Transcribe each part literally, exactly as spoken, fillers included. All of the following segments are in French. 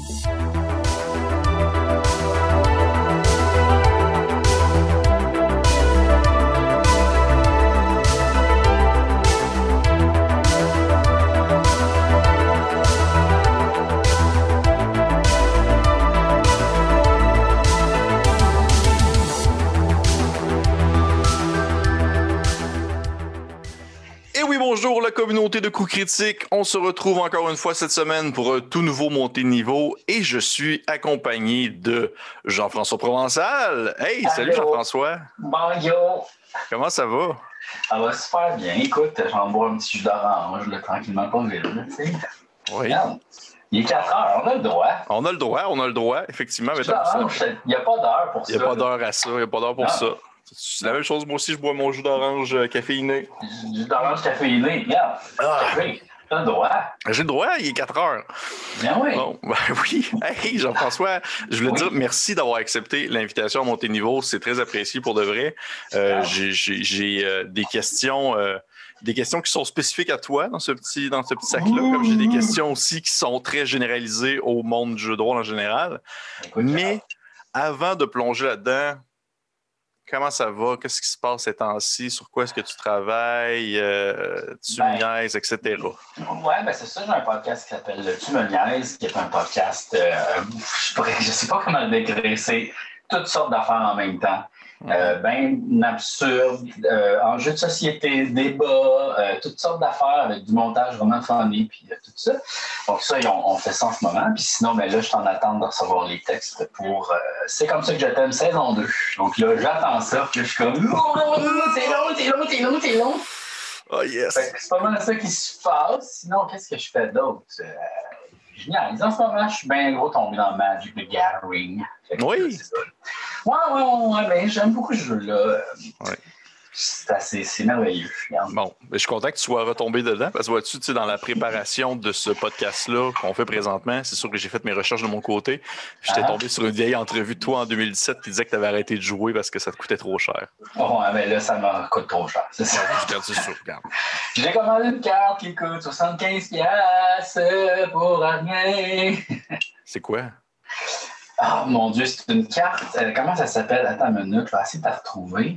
Bonjour la communauté de coups critiques, on se retrouve encore une fois cette semaine pour un tout nouveau montée de niveau et je suis accompagné de Jean-François Provençal. Hey, salut Allô. Jean-François. Bonjour. Comment ça va? Ça va super bien. Écoute, j'en bois un petit jus d'orange, là, tranquillement, pas vite, tu sais. Oui. Regarde, il est quatre heures, on a le droit. On a le droit, on a le droit, effectivement. Jus d'orange, il n'y a pas d'heure pour ça. Il n'y a pas d'heure à ça, il n'y a pas d'heure pour Non. ça. C'est la même chose, moi aussi, je bois mon jus d'orange euh, caféiné. Jus d'orange caféiné, regarde. Ah. Café, t'as le droit. J'ai le droit, il est quatre heures. Bien oui. Bon, ben oui. Hey, Jean-François, je voulais Oui. dire merci d'avoir accepté l'invitation à monter de niveau. C'est très apprécié pour de vrai. Euh, Ah. j'ai j'ai, j'ai euh, des questions... Euh, Des questions qui sont spécifiques à toi dans ce petit, dans ce petit sac-là, comme j'ai des questions aussi qui sont très généralisées au monde du jeu de rôle en général. Écoute, Mais avant de plonger là-dedans, comment ça va? Qu'est-ce qui se passe ces temps-ci? Sur quoi est-ce que tu travailles? Euh, tu Ben, me niaises, et cetera. Ouais, ben c'est ça, j'ai un podcast qui s'appelle Le Tu me niaises, qui est un podcast, euh, je pourrais- je sais pas comment le décrire, c'est toutes sortes d'affaires en même temps. Euh, ben absurde, euh, enjeux de société, débats, euh, toutes sortes d'affaires avec du montage vraiment funny, puis euh, tout ça. Donc ça, on, on fait ça en ce moment. Puis sinon, ben là, je suis en attente de recevoir les textes pour euh, C'est comme ça que je t'aime, saison deux. Donc là, j'attends ça, puis là, je suis comme oh, c'est long, c'est long, c'est long, c'est long. Oh yes! Fait que c'est pas mal ça qui se passe. Sinon, qu'est-ce que je fais d'autre? Euh, je niaise. En ce moment, je suis bien gros tombé dans Magic the Gathering. Fait que, Oui. c'est ça. Ouais, ouais, ouais, ouais, ben, j'aime beaucoup ce jeu-là. Ouais. C'est assez, c'est merveilleux. Regarde. Bon, mais je suis content que tu sois retombé dedans parce que vois-tu, tu sais, dans la préparation de ce podcast-là qu'on fait présentement, c'est sûr que j'ai fait mes recherches de mon côté. J'étais Ah. tombé sur une vieille entrevue de toi en deux mille dix-sept qui disait que tu avais arrêté de jouer parce que ça te coûtait trop cher. Oh, ouais, ben là, ça me coûte trop cher. C'est ça. Regarde ça, regarde. J'ai commandé une carte qui coûte soixante-quinze dollars pour rien. C'est quoi? Ah, mon Dieu, c'est une carte. Euh, comment ça s'appelle? Attends une minute, je vais essayer de la retrouver.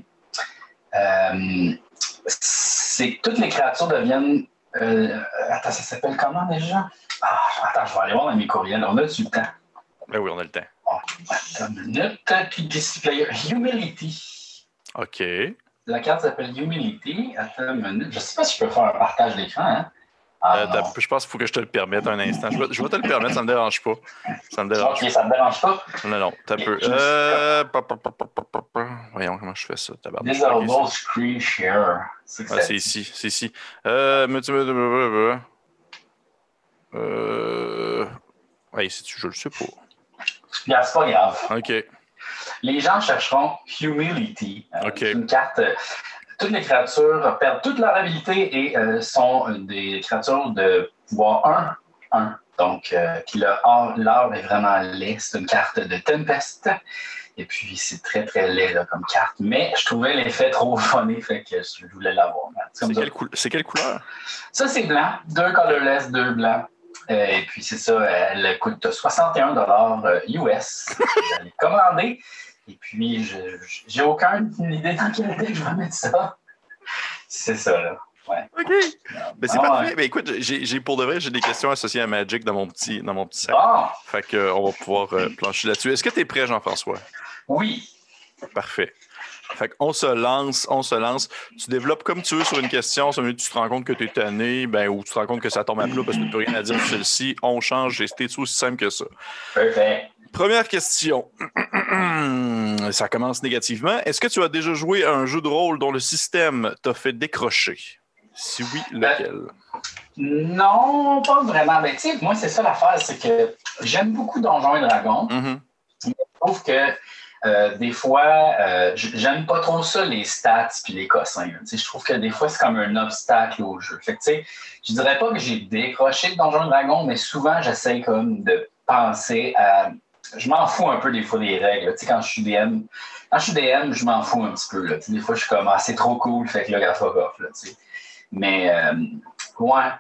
Euh, c'est que toutes les créatures deviennent. Euh, attends, ça s'appelle comment déjà? Ah, attends, je vais aller voir dans mes courriels. On a du temps. Ben oui, on a le temps. Bon, attends une minute. Puis display Humility. OK. La carte s'appelle Humility. Attends une minute. Je ne sais pas si je peux faire un partage d'écran. Hein? Ah, Euh, t'as- je pense qu'il faut que je te le permette un instant. Je vais, je vais te le permettre, ça me dérange pas. Ça me dérange ok, ça ne me dérange pas. pas. Non, non, t'as peu. Euh... pa, pa, pa, pa, pa, pa, pa. Voyons comment je fais ça. tabarnak. Disable Ok, Screen Share. C'est que Ah, ça c'est dit. ici, c'est ici. Euh, mais tu me. Euh. Ouais, si tu, je le sais pas. Regarde, c'est pas grave. OK. Les gens chercheront Humility. Euh, Ok. C'est une carte. euh, toutes les créatures perdent toute leur habilité et euh, sont euh, des créatures de pouvoir un un. Donc, euh, puis le or- l'or est vraiment laid. C'est une carte de Tempest. Et puis, c'est très, très laid là, comme carte. Mais je trouvais l'effet trop funny, fait que je voulais l'avoir. C'est comme C'est ça. quelle, cou- c'est quelle couleur? Ça, c'est blanc. Deux colorless, deux blancs. Euh, et puis, c'est ça, elle coûte soixante et un dollars U S. Je l'ai commandé. Et puis, je j'ai aucune idée dans quel deck je vais mettre ça. C'est ça, là. Ouais. OK. Ben, c'est Ah, parfait. ouais. Ben, écoute, j'ai, j'ai, pour de vrai, j'ai des questions associées à Magic dans mon petit, dans mon petit sac. Ah, Fait que, euh, on va pouvoir euh, plancher là-dessus. Est-ce que tu es prêt, Jean-François? oui. Parfait. Fait qu'on se lance, on se lance. Tu développes comme tu veux sur une question. Si tu te rends compte que tu es tanné, ben, ou tu te rends compte que ça tombe à plat parce que tu n'as plus rien à dire sur celle-ci, on change. Et c'est aussi simple que ça. Parfait. Première question. Ça commence négativement. Est-ce que tu as déjà joué à un jeu de rôle dont le système t'a fait décrocher? Si oui, lequel? Non, pas vraiment. Mais tu sais, moi, c'est ça l'affaire, c'est que j'aime beaucoup Donjons et Dragons. Mm-hmm. Je trouve que euh, des fois, euh, j'aime pas trop ça, les stats puis les cossins. Tu sais, je trouve que des fois, c'est comme un obstacle au jeu. Fait que, tu sais, je dirais pas que j'ai décroché de Donjons et Dragons, mais souvent, j'essaie comme de penser à... Je m'en fous un peu des fois des règles. Tu sais, quand je suis D M, quand je suis D M, je m'en fous un petit peu. Là. Tu sais, des fois, je suis comme, ah, c'est trop cool, fait que là, fuck off. Là, tu sais. Mais, euh, ouais,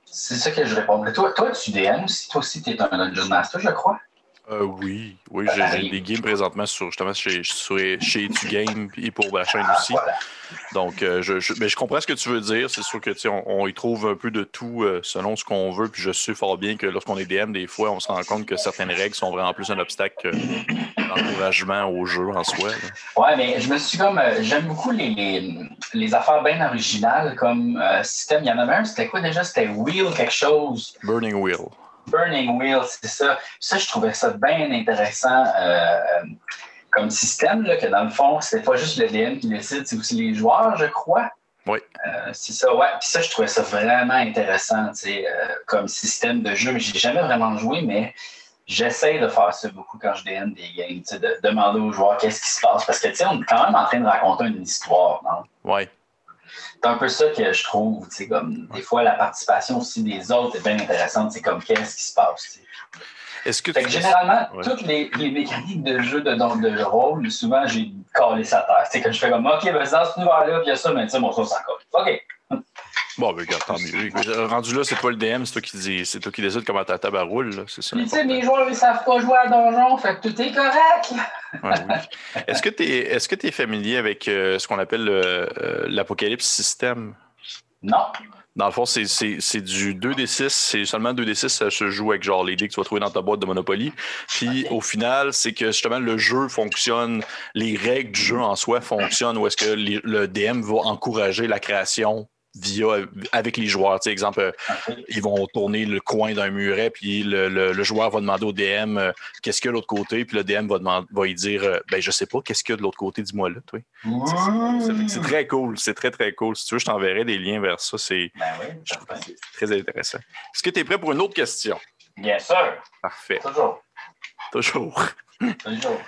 c'est ça que je répondrais. Toi, toi, tu D M aussi. Toi aussi, tu es un Dungeon Master, je crois. Euh, oui, oui, j'ai, j'ai des games présentement sur justement chez, sur, chez Etu Game et pour ma chaîne aussi. Voilà. Donc, euh, je, je, mais je comprends ce que tu veux dire. C'est sûr que on, on y trouve un peu de tout euh, selon ce qu'on veut. Puis je sais fort bien que lorsqu'on est D M, des fois, on se rend compte que certaines règles sont vraiment plus un obstacle que l'encouragement au jeu en soi. Là. Ouais, mais je me suis comme. Euh, j'aime beaucoup les, les, les affaires bien originales comme euh, système. Il y en avait un, c'était quoi déjà? C'était Wheel quelque chose. Burning Wheel. Burning Wheel, c'est ça. Ça, je trouvais ça bien intéressant euh, comme système, là, que dans le fond, c'était pas juste le D M qui décide, c'est aussi les joueurs, je crois. Oui. Euh, c'est ça, ouais. Puis ça, je trouvais ça vraiment intéressant, tu sais, euh, comme système de jeu. J'ai jamais vraiment joué, mais j'essaie de faire ça beaucoup quand je D M des games, tu sais, de demander aux joueurs qu'est-ce qui se passe. Parce que, tu sais, on est quand même en train de raconter une histoire, non? Oui. C'est un peu ça que je trouve, tu sais, comme des fois la participation aussi des autres est bien intéressante, c'est comme qu'est-ce qui se passe, tu sais. Est-ce que fait que généralement, ouais. toutes les, les mécaniques de jeu de, de, de rôle, souvent j'ai calé sa terre. C'est que je fais comme OK, ben dans cet univers-là, puis il y a ça, mais tu sais, mon ça, c'est encore. OK. Bon, ben regarde, tant mieux. Rendu là, c'est toi le D M, c'est toi qui dis, c'est toi qui décides comment ta table roule, là, c'est ça. Puis tu sais, mes joueurs, ils savent pas jouer à donjon, fait que tout est correct. Ah, oui. Est-ce que tu es, est-ce que tu es familier avec euh, ce qu'on appelle euh, l'Apocalypse System? Non. Dans le fond, c'est, c'est, c'est du deux D six, c'est seulement deux D six, ça se joue avec genre les dés que tu vas trouver dans ta boîte de Monopoly. Puis okay. Au final, c'est que justement le jeu fonctionne, les règles du jeu en soi fonctionnent où est-ce que les, le D M va encourager la création via avec les joueurs. Tu sais, exemple, okay. Ils vont tourner le coin d'un muret, puis le, le, le joueur va demander au D M euh, qu'est-ce qu'il y a de l'autre côté, puis le D M va, demander, va lui dire euh, ben je sais pas, qu'est-ce qu'il y a de l'autre côté, dis-moi là. Toi. C'est, c'est, c'est très cool, c'est très très cool. Si tu veux, je t'enverrai des liens vers ça. C'est, ben oui, je trouve que c'est très intéressant. Est-ce que tu es prêt pour une autre question? Bien sûr. Parfait. Toujours. Toujours. Toujours.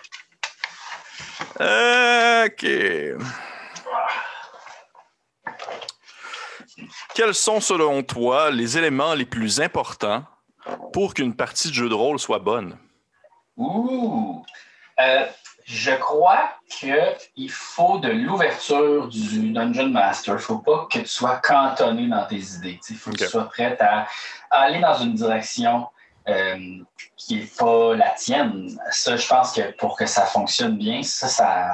euh, OK. Quels sont, selon toi, les éléments les plus importants pour qu'une partie de jeu de rôle soit bonne? Ouh! Euh, je crois qu'il faut de l'ouverture du Dungeon Master. Il ne faut pas que tu sois cantonné dans tes idées. Il faut okay. que tu sois prêt à, à aller dans une direction euh, qui n'est pas la tienne. Ça, je pense que pour que ça fonctionne bien, ça, ça,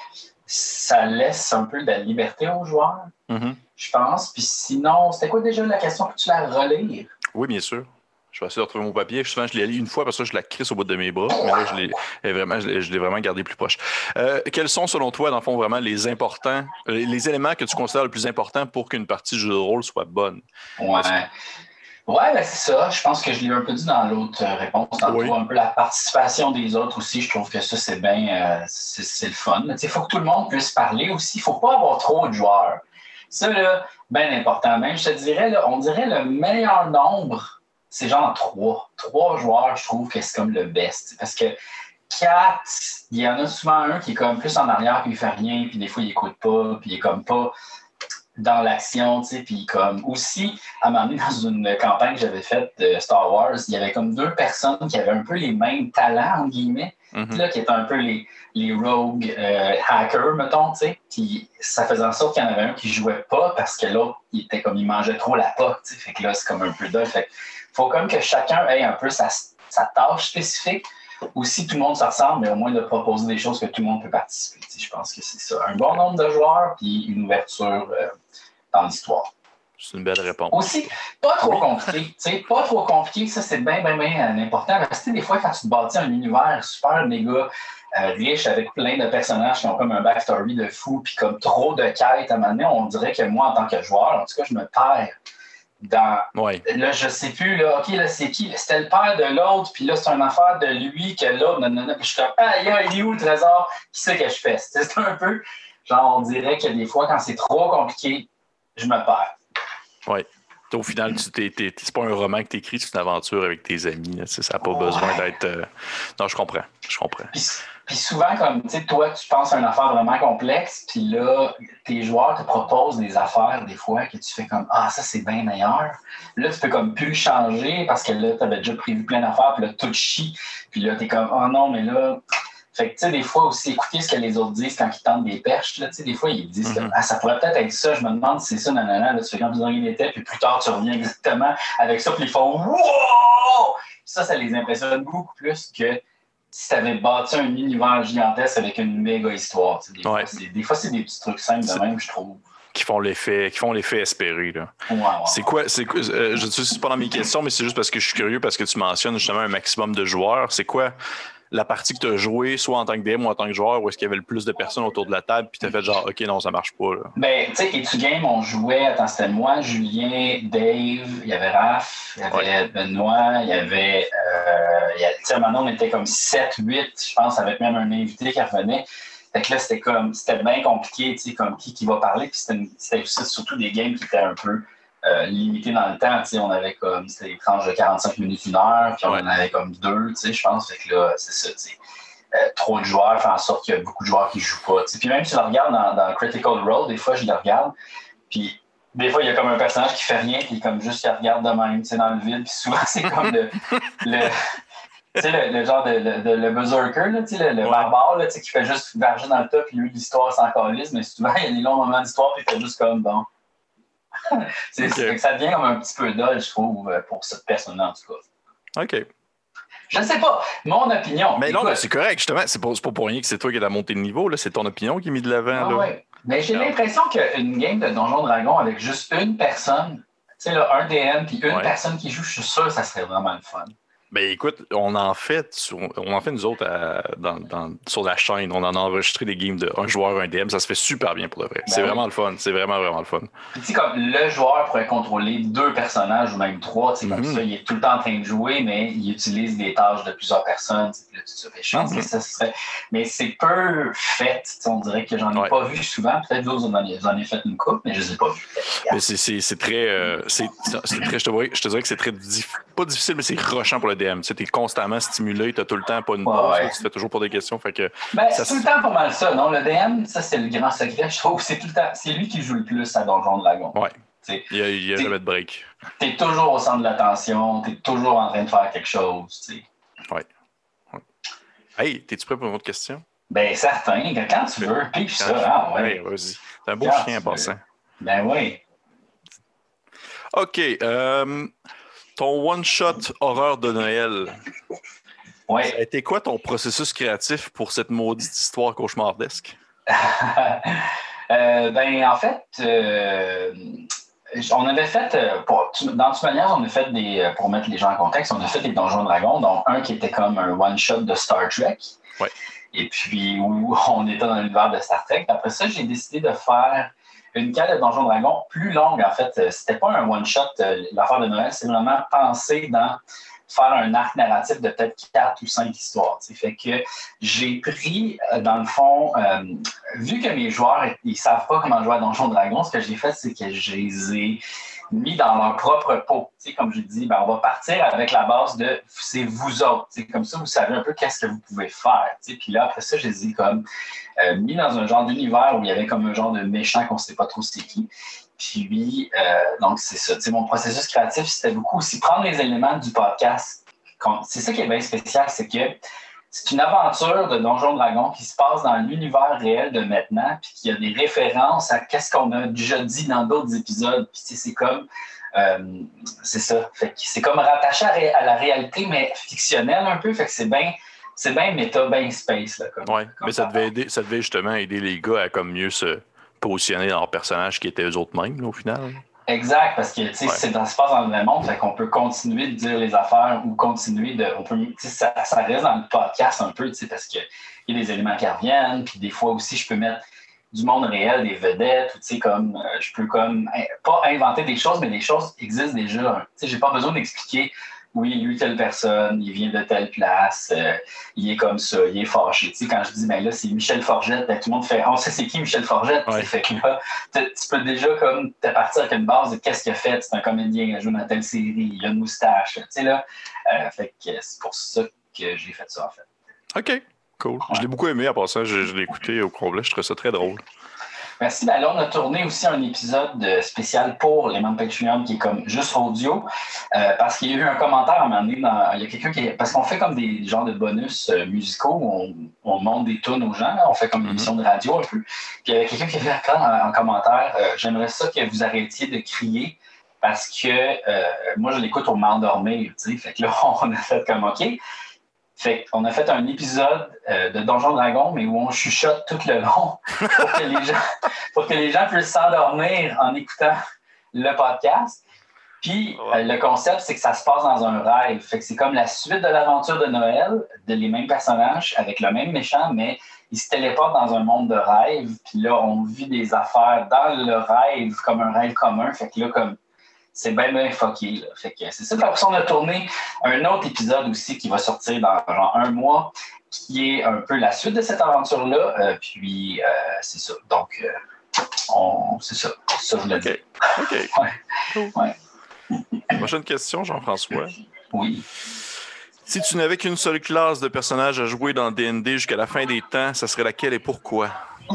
ça laisse un peu de la liberté aux joueurs. Mm-hmm. Je pense. Puis sinon, c'était quoi déjà la question? Peux-tu la relire? Oui, bien sûr. Je vais essayer de retrouver mon papier. Souvent, je l'ai lu une fois, parce que je la crisse au bout de mes bras. Mais là, je l'ai vraiment, je l'ai, je l'ai vraiment gardé plus proche. Euh, quels sont, selon toi, dans le fond, vraiment les importants, les, les éléments que tu considères le plus importants pour qu'une partie de jeu de rôle soit bonne? Ouais. Ouais, ben c'est ça. Je pense que je l'ai un peu dit dans l'autre réponse. Tantôt, oui. Un peu la participation des autres aussi. Je trouve que ça, c'est bien, euh, c'est, c'est le fun. Il faut que tout le monde puisse parler aussi. Il ne faut pas avoir trop de joueurs. Ça, là, bien important. Même, je te dirais, là, on dirait le meilleur nombre, c'est genre trois. Trois joueurs, je trouve que c'est comme le best. Parce que quatre, il y en a souvent un qui est comme plus en arrière, puis il fait rien, puis des fois, il écoute pas, puis il est comme pas dans l'action, tu sais, puis comme aussi, à un moment donné, dans une campagne que j'avais faite de Star Wars, il y avait comme deux personnes qui avaient un peu les mêmes talents, entre guillemets, mm-hmm. là, qui étaient un peu les, les rogues euh, hackers, mettons, tu sais, puis ça faisait en sorte qu'il y en avait un qui jouait pas parce que l'autre, il était comme, il mangeait trop la poque, tu sais, fait que là, c'est comme un peu dull, fait que faut comme que chacun ait un peu sa, sa tâche spécifique, ou si tout le monde se ressemble, mais au moins de proposer des choses que tout le monde peut participer, tu sais, je pense que c'est ça, un bon nombre de joueurs, puis une ouverture euh, dans l'histoire. C'est une belle réponse. Aussi, pas trop compliqué. Tu sais, pas trop compliqué, ça, c'est bien, bien, bien important. Parce que des fois, quand tu te bâtis un univers super méga euh, riche avec plein de personnages qui ont comme un backstory de fou, puis comme trop de quêtes, à un moment donné, on dirait que moi, en tant que joueur, en tout cas, je me perds dans... Ouais. Là, je sais plus, là, OK, là, c'est qui? C'était le père de l'autre, puis là, c'est une affaire de lui, que l'autre, non, non, non. Puis je suis comme, ah, il est où le trésor? Qui c'est que je fais? C'est un peu, genre, on dirait que des fois, quand c'est trop compliqué, je me perds. Oui. Au final, tu t'es, t'es, c'est pas un roman que tu écris, c'est une aventure avec tes amis. Là, ça n'a pas ouais. besoin d'être... Euh... Non, je comprends. Je comprends. Puis, puis souvent, comme tu sais, toi, tu penses à une affaire vraiment complexe, puis là, tes joueurs te proposent des affaires, des fois, que tu fais comme « Ah, ça, c'est bien meilleur. » Là, tu peux comme plus le changer parce que là, tu avais déjà prévu plein d'affaires, puis là, tout chie. Puis là, tu es comme « Oh non, mais là... » Fait que, tu sais, des fois aussi, écouter ce que les autres disent quand ils tentent des perches, là, tu sais, des fois, ils disent Mm-hmm. que ah, ça pourrait peut-être être ça, je me demande si c'est ça, nanana, là, tu fais comme si rien n'était, puis plus tard, tu reviens exactement avec ça, puis ils font « Wow! » Ça, ça les impressionne beaucoup plus que si tu avais bâti un univers gigantesque avec une méga histoire. Tu sais, des, Ouais. fois, c'est, des fois, c'est des petits trucs simples de même, je trouve. Qui font l'effet, qui font l'effet espéré. Là. Ouais, ouais, c'est ouais. quoi, c'est quoi euh, je ne sais pas si c'est pas dans mes questions, mais c'est juste parce que je suis curieux parce que tu mentionnes justement un maximum de joueurs. C'est quoi la partie que tu as jouée, soit en tant que D M ou en tant que joueur, où est-ce qu'il y avait le plus de personnes autour de la table, puis tu as fait genre, OK, non, ça marche pas. Là. Ben, tu sais, Etu Game, on jouait, attends, c'était moi, Julien, Dave, il y avait Raph, il y avait ouais. Benoît, il y avait, euh, tu sais, maintenant, on était comme sept, huit, je pense, avec même un invité qui revenait. Fait que là, c'était comme, c'était bien compliqué, tu sais, comme qui, qui va parler, puis c'était, c'était aussi surtout des games qui étaient un peu euh, limités dans le temps, tu sais, on avait comme, c'était des tranches de quarante-cinq minutes, une heure, puis on ouais. en avait comme deux, tu sais, je pense, fait que là, c'est ça, tu sais. Euh, trop de joueurs fait en sorte qu'il y a beaucoup de joueurs qui ne jouent pas. T'sais. Puis même si tu le regardes dans, dans Critical Role, des fois, je le regarde, puis des fois, il y a comme un personnage qui fait rien, puis comme juste, il regarde de même, dans le vide, puis souvent, c'est comme le... le tu sais, le, le genre de, de, de le berserker, là, le, le ouais. barbare, là, qui fait juste varger dans le tas, puis lui, l'histoire s'en calisse, mais souvent, il y a des longs moments d'histoire, puis il fait juste comme, bon... c'est, okay. c'est, ça devient comme un petit peu dole, je trouve, pour cette personne-là, en tout cas. OK. Je ne sais pas. Mon opinion. Mais écoute, non, mais c'est correct, justement. C'est pas, c'est pas pour rien que c'est toi qui as monté de niveau. Là. C'est ton opinion qui est mise de l'avant. Ah, là. Ouais. Mais j'ai non. l'impression qu'une game de Donjon Dragon avec juste une personne, tu sais, là, un D M puis une ouais. personne qui joue, je suis sûr que ça serait vraiment le fun. Ben écoute, on en fait, sur, on en fait nous autres à, dans, dans, sur la chaîne, on en a enregistré des games de un joueur, un D M, ça se fait super bien pour le vrai. Ben c'est oui. vraiment le fun, c'est vraiment, vraiment le fun. Puis tu sais, comme le joueur pourrait contrôler deux personnages ou même trois, tu sais, comme mm-hmm. ça, il est tout le temps en train de jouer, mais il utilise des tâches de plusieurs personnes, tu sais, puis là, tu te fais chance mm-hmm. que ça serait... Mais c'est peu fait, tu sais, on dirait que j'en ai ouais. pas vu souvent, peut-être que vous en avez fait une coupe, mais je les ai pas vus. Mais c'est, c'est, c'est très, euh, c'est, c'est très, je te dirais, je te dirais que c'est très, dif- pas difficile, mais c'est rushant pour le D M, tu sais, t'es constamment stimulé, tu as tout le temps pas une pause, ouais, ouais. tu te fais toujours pour des questions. Fait que ben, ça, c'est tout le temps pas mal ça, non? Le D M, ça c'est le grand secret, je trouve. C'est tout le temps, c'est lui qui joue le plus à Donjon Dragon. Ouais. T'sais, il n'y a, a jamais de break. Tu es toujours au centre de l'attention, tu es toujours en train de faire quelque chose. T'sais. Ouais. ouais. Hey, t'es-tu prêt pour une autre question? Ben, certain. Quand tu veux, pique ça. Ah, ouais. ouais. Vas-y. T'es un beau quand chien en passant. Ben oui. OK. Euh, ton one-shot horreur de Noël. Ouais. Ça a été quoi ton processus créatif pour cette maudite histoire cauchemardesque? euh, ben, en fait, euh, on avait fait, pour, dans toute manière, on a fait des, pour mettre les gens en contexte, on a fait des Donjons Dragons, dont un qui était comme un one-shot de Star Trek. Ouais. Et puis, où on était dans l'univers de Star Trek. Après ça, j'ai décidé de faire une cale de Donjons Dragons plus longue, en fait. C'était pas un one-shot, l'affaire de Noël, c'est vraiment pensé dans faire un arc narratif de peut-être quatre ou cinq histoires. T'sais. Fait que j'ai pris, dans le fond, euh, vu que mes joueurs, ils savent pas comment jouer à Donjons Dragons, ce que j'ai fait, c'est que je les ai mis dans leur propre peau. T'sais, comme je dis, ben, on va partir avec la base de « c'est vous autres ». Comme ça, vous savez un peu qu'est-ce que vous pouvez faire. T'sais. Puis là, après ça, je les ai comme euh, mis dans un genre d'univers où il y avait comme un genre de méchant qu'on ne sait pas trop c'est qui. Puis, euh, donc, c'est ça. T'sais, mon processus créatif, c'était beaucoup aussi prendre les éléments du podcast. C'est ça qui est bien spécial, c'est que c'est une aventure de Donjons Dragons qui se passe dans l'univers réel de maintenant, puis qu'il y a des références à qu'est-ce qu'on a déjà dit dans d'autres épisodes. Puis, c'est comme... Euh, c'est ça. Fait que c'est comme rattaché à, ré- à la réalité, mais fictionnelle un peu. Fait que c'est bien... C'est bien méta, bien space. Là, comme, ouais, comme mais ça devait, aider, ça devait justement aider les gars à comme mieux se positionner dans leur personnage qui étaient eux autres mêmes, là, au final. Exact, parce que ouais. c'est dans, ça se passe dans le vrai monde, fait qu'on peut continuer de dire les affaires ou continuer de. On peut, ça, ça reste dans le podcast un peu, parce qu'il y a des éléments qui reviennent, puis des fois aussi, je peux mettre du monde réel, des vedettes, ou comme euh, je peux comme pas inventer des choses, mais des choses existent déjà. Je n'ai pas besoin d'expliquer. Oui, lui, telle personne, il vient de telle place, euh, il est comme ça, il est fâché. Tu sais, quand je dis, ben là, c'est Michel Forgette, ben, tout le monde fait, on sait c'est qui Michel Forgette? Ouais. Fait que là, tu peux déjà comme te partir avec une base de qu'est-ce qu'il a fait, c'est un comédien, il a joué dans telle série, il a une moustache. Tu sais, là, euh, fait que c'est pour ça que j'ai fait ça, en fait. OK, cool. Ouais. Je l'ai beaucoup aimé, à part ça, je, je l'ai écouté au complet, je trouve ça très drôle. Merci. Ben là, on a tourné aussi un épisode spécial pour les membres Patreon qui est comme juste audio. Euh, parce qu'il y a eu un commentaire à un moment donné. Dans, il y a quelqu'un qui. Parce qu'on fait comme des genres de bonus euh, musicaux où on, on monte des tunes aux gens. Là, on fait comme une émission de radio un peu. Puis il y avait quelqu'un qui avait en, en commentaire euh, j'aimerais ça que vous arrêtiez de crier parce que euh, moi, je l'écoute au m'endormir. Fait que là, on a fait comme OK. Fait qu'on a fait un épisode euh, de Donjons Dragons, mais où on chuchote tout le long pour que les gens, pour que les gens puissent s'endormir en écoutant le podcast. Puis ouais. euh, le concept, c'est que ça se passe dans un rêve. Fait que c'est comme la suite de l'aventure de Noël, de les mêmes personnages, avec le même méchant, mais ils se téléportent dans un monde de rêve. Puis là, on vit des affaires dans le rêve, comme un rêve commun. Fait que là, comme c'est bien, bien fucké. Là. Fait que c'est ça. Après ça, on a tourné un autre épisode aussi qui va sortir dans genre un mois, qui est un peu la suite de cette aventure-là. Euh, puis, euh, c'est ça. Donc, euh, on, c'est ça. Ça, je voulais dire. OK. Ouais. Ouais. Prochaine question, Jean-François. Oui. Si tu n'avais qu'une seule classe de personnages à jouer dans D and D jusqu'à la fin des temps, ça serait laquelle et pourquoi?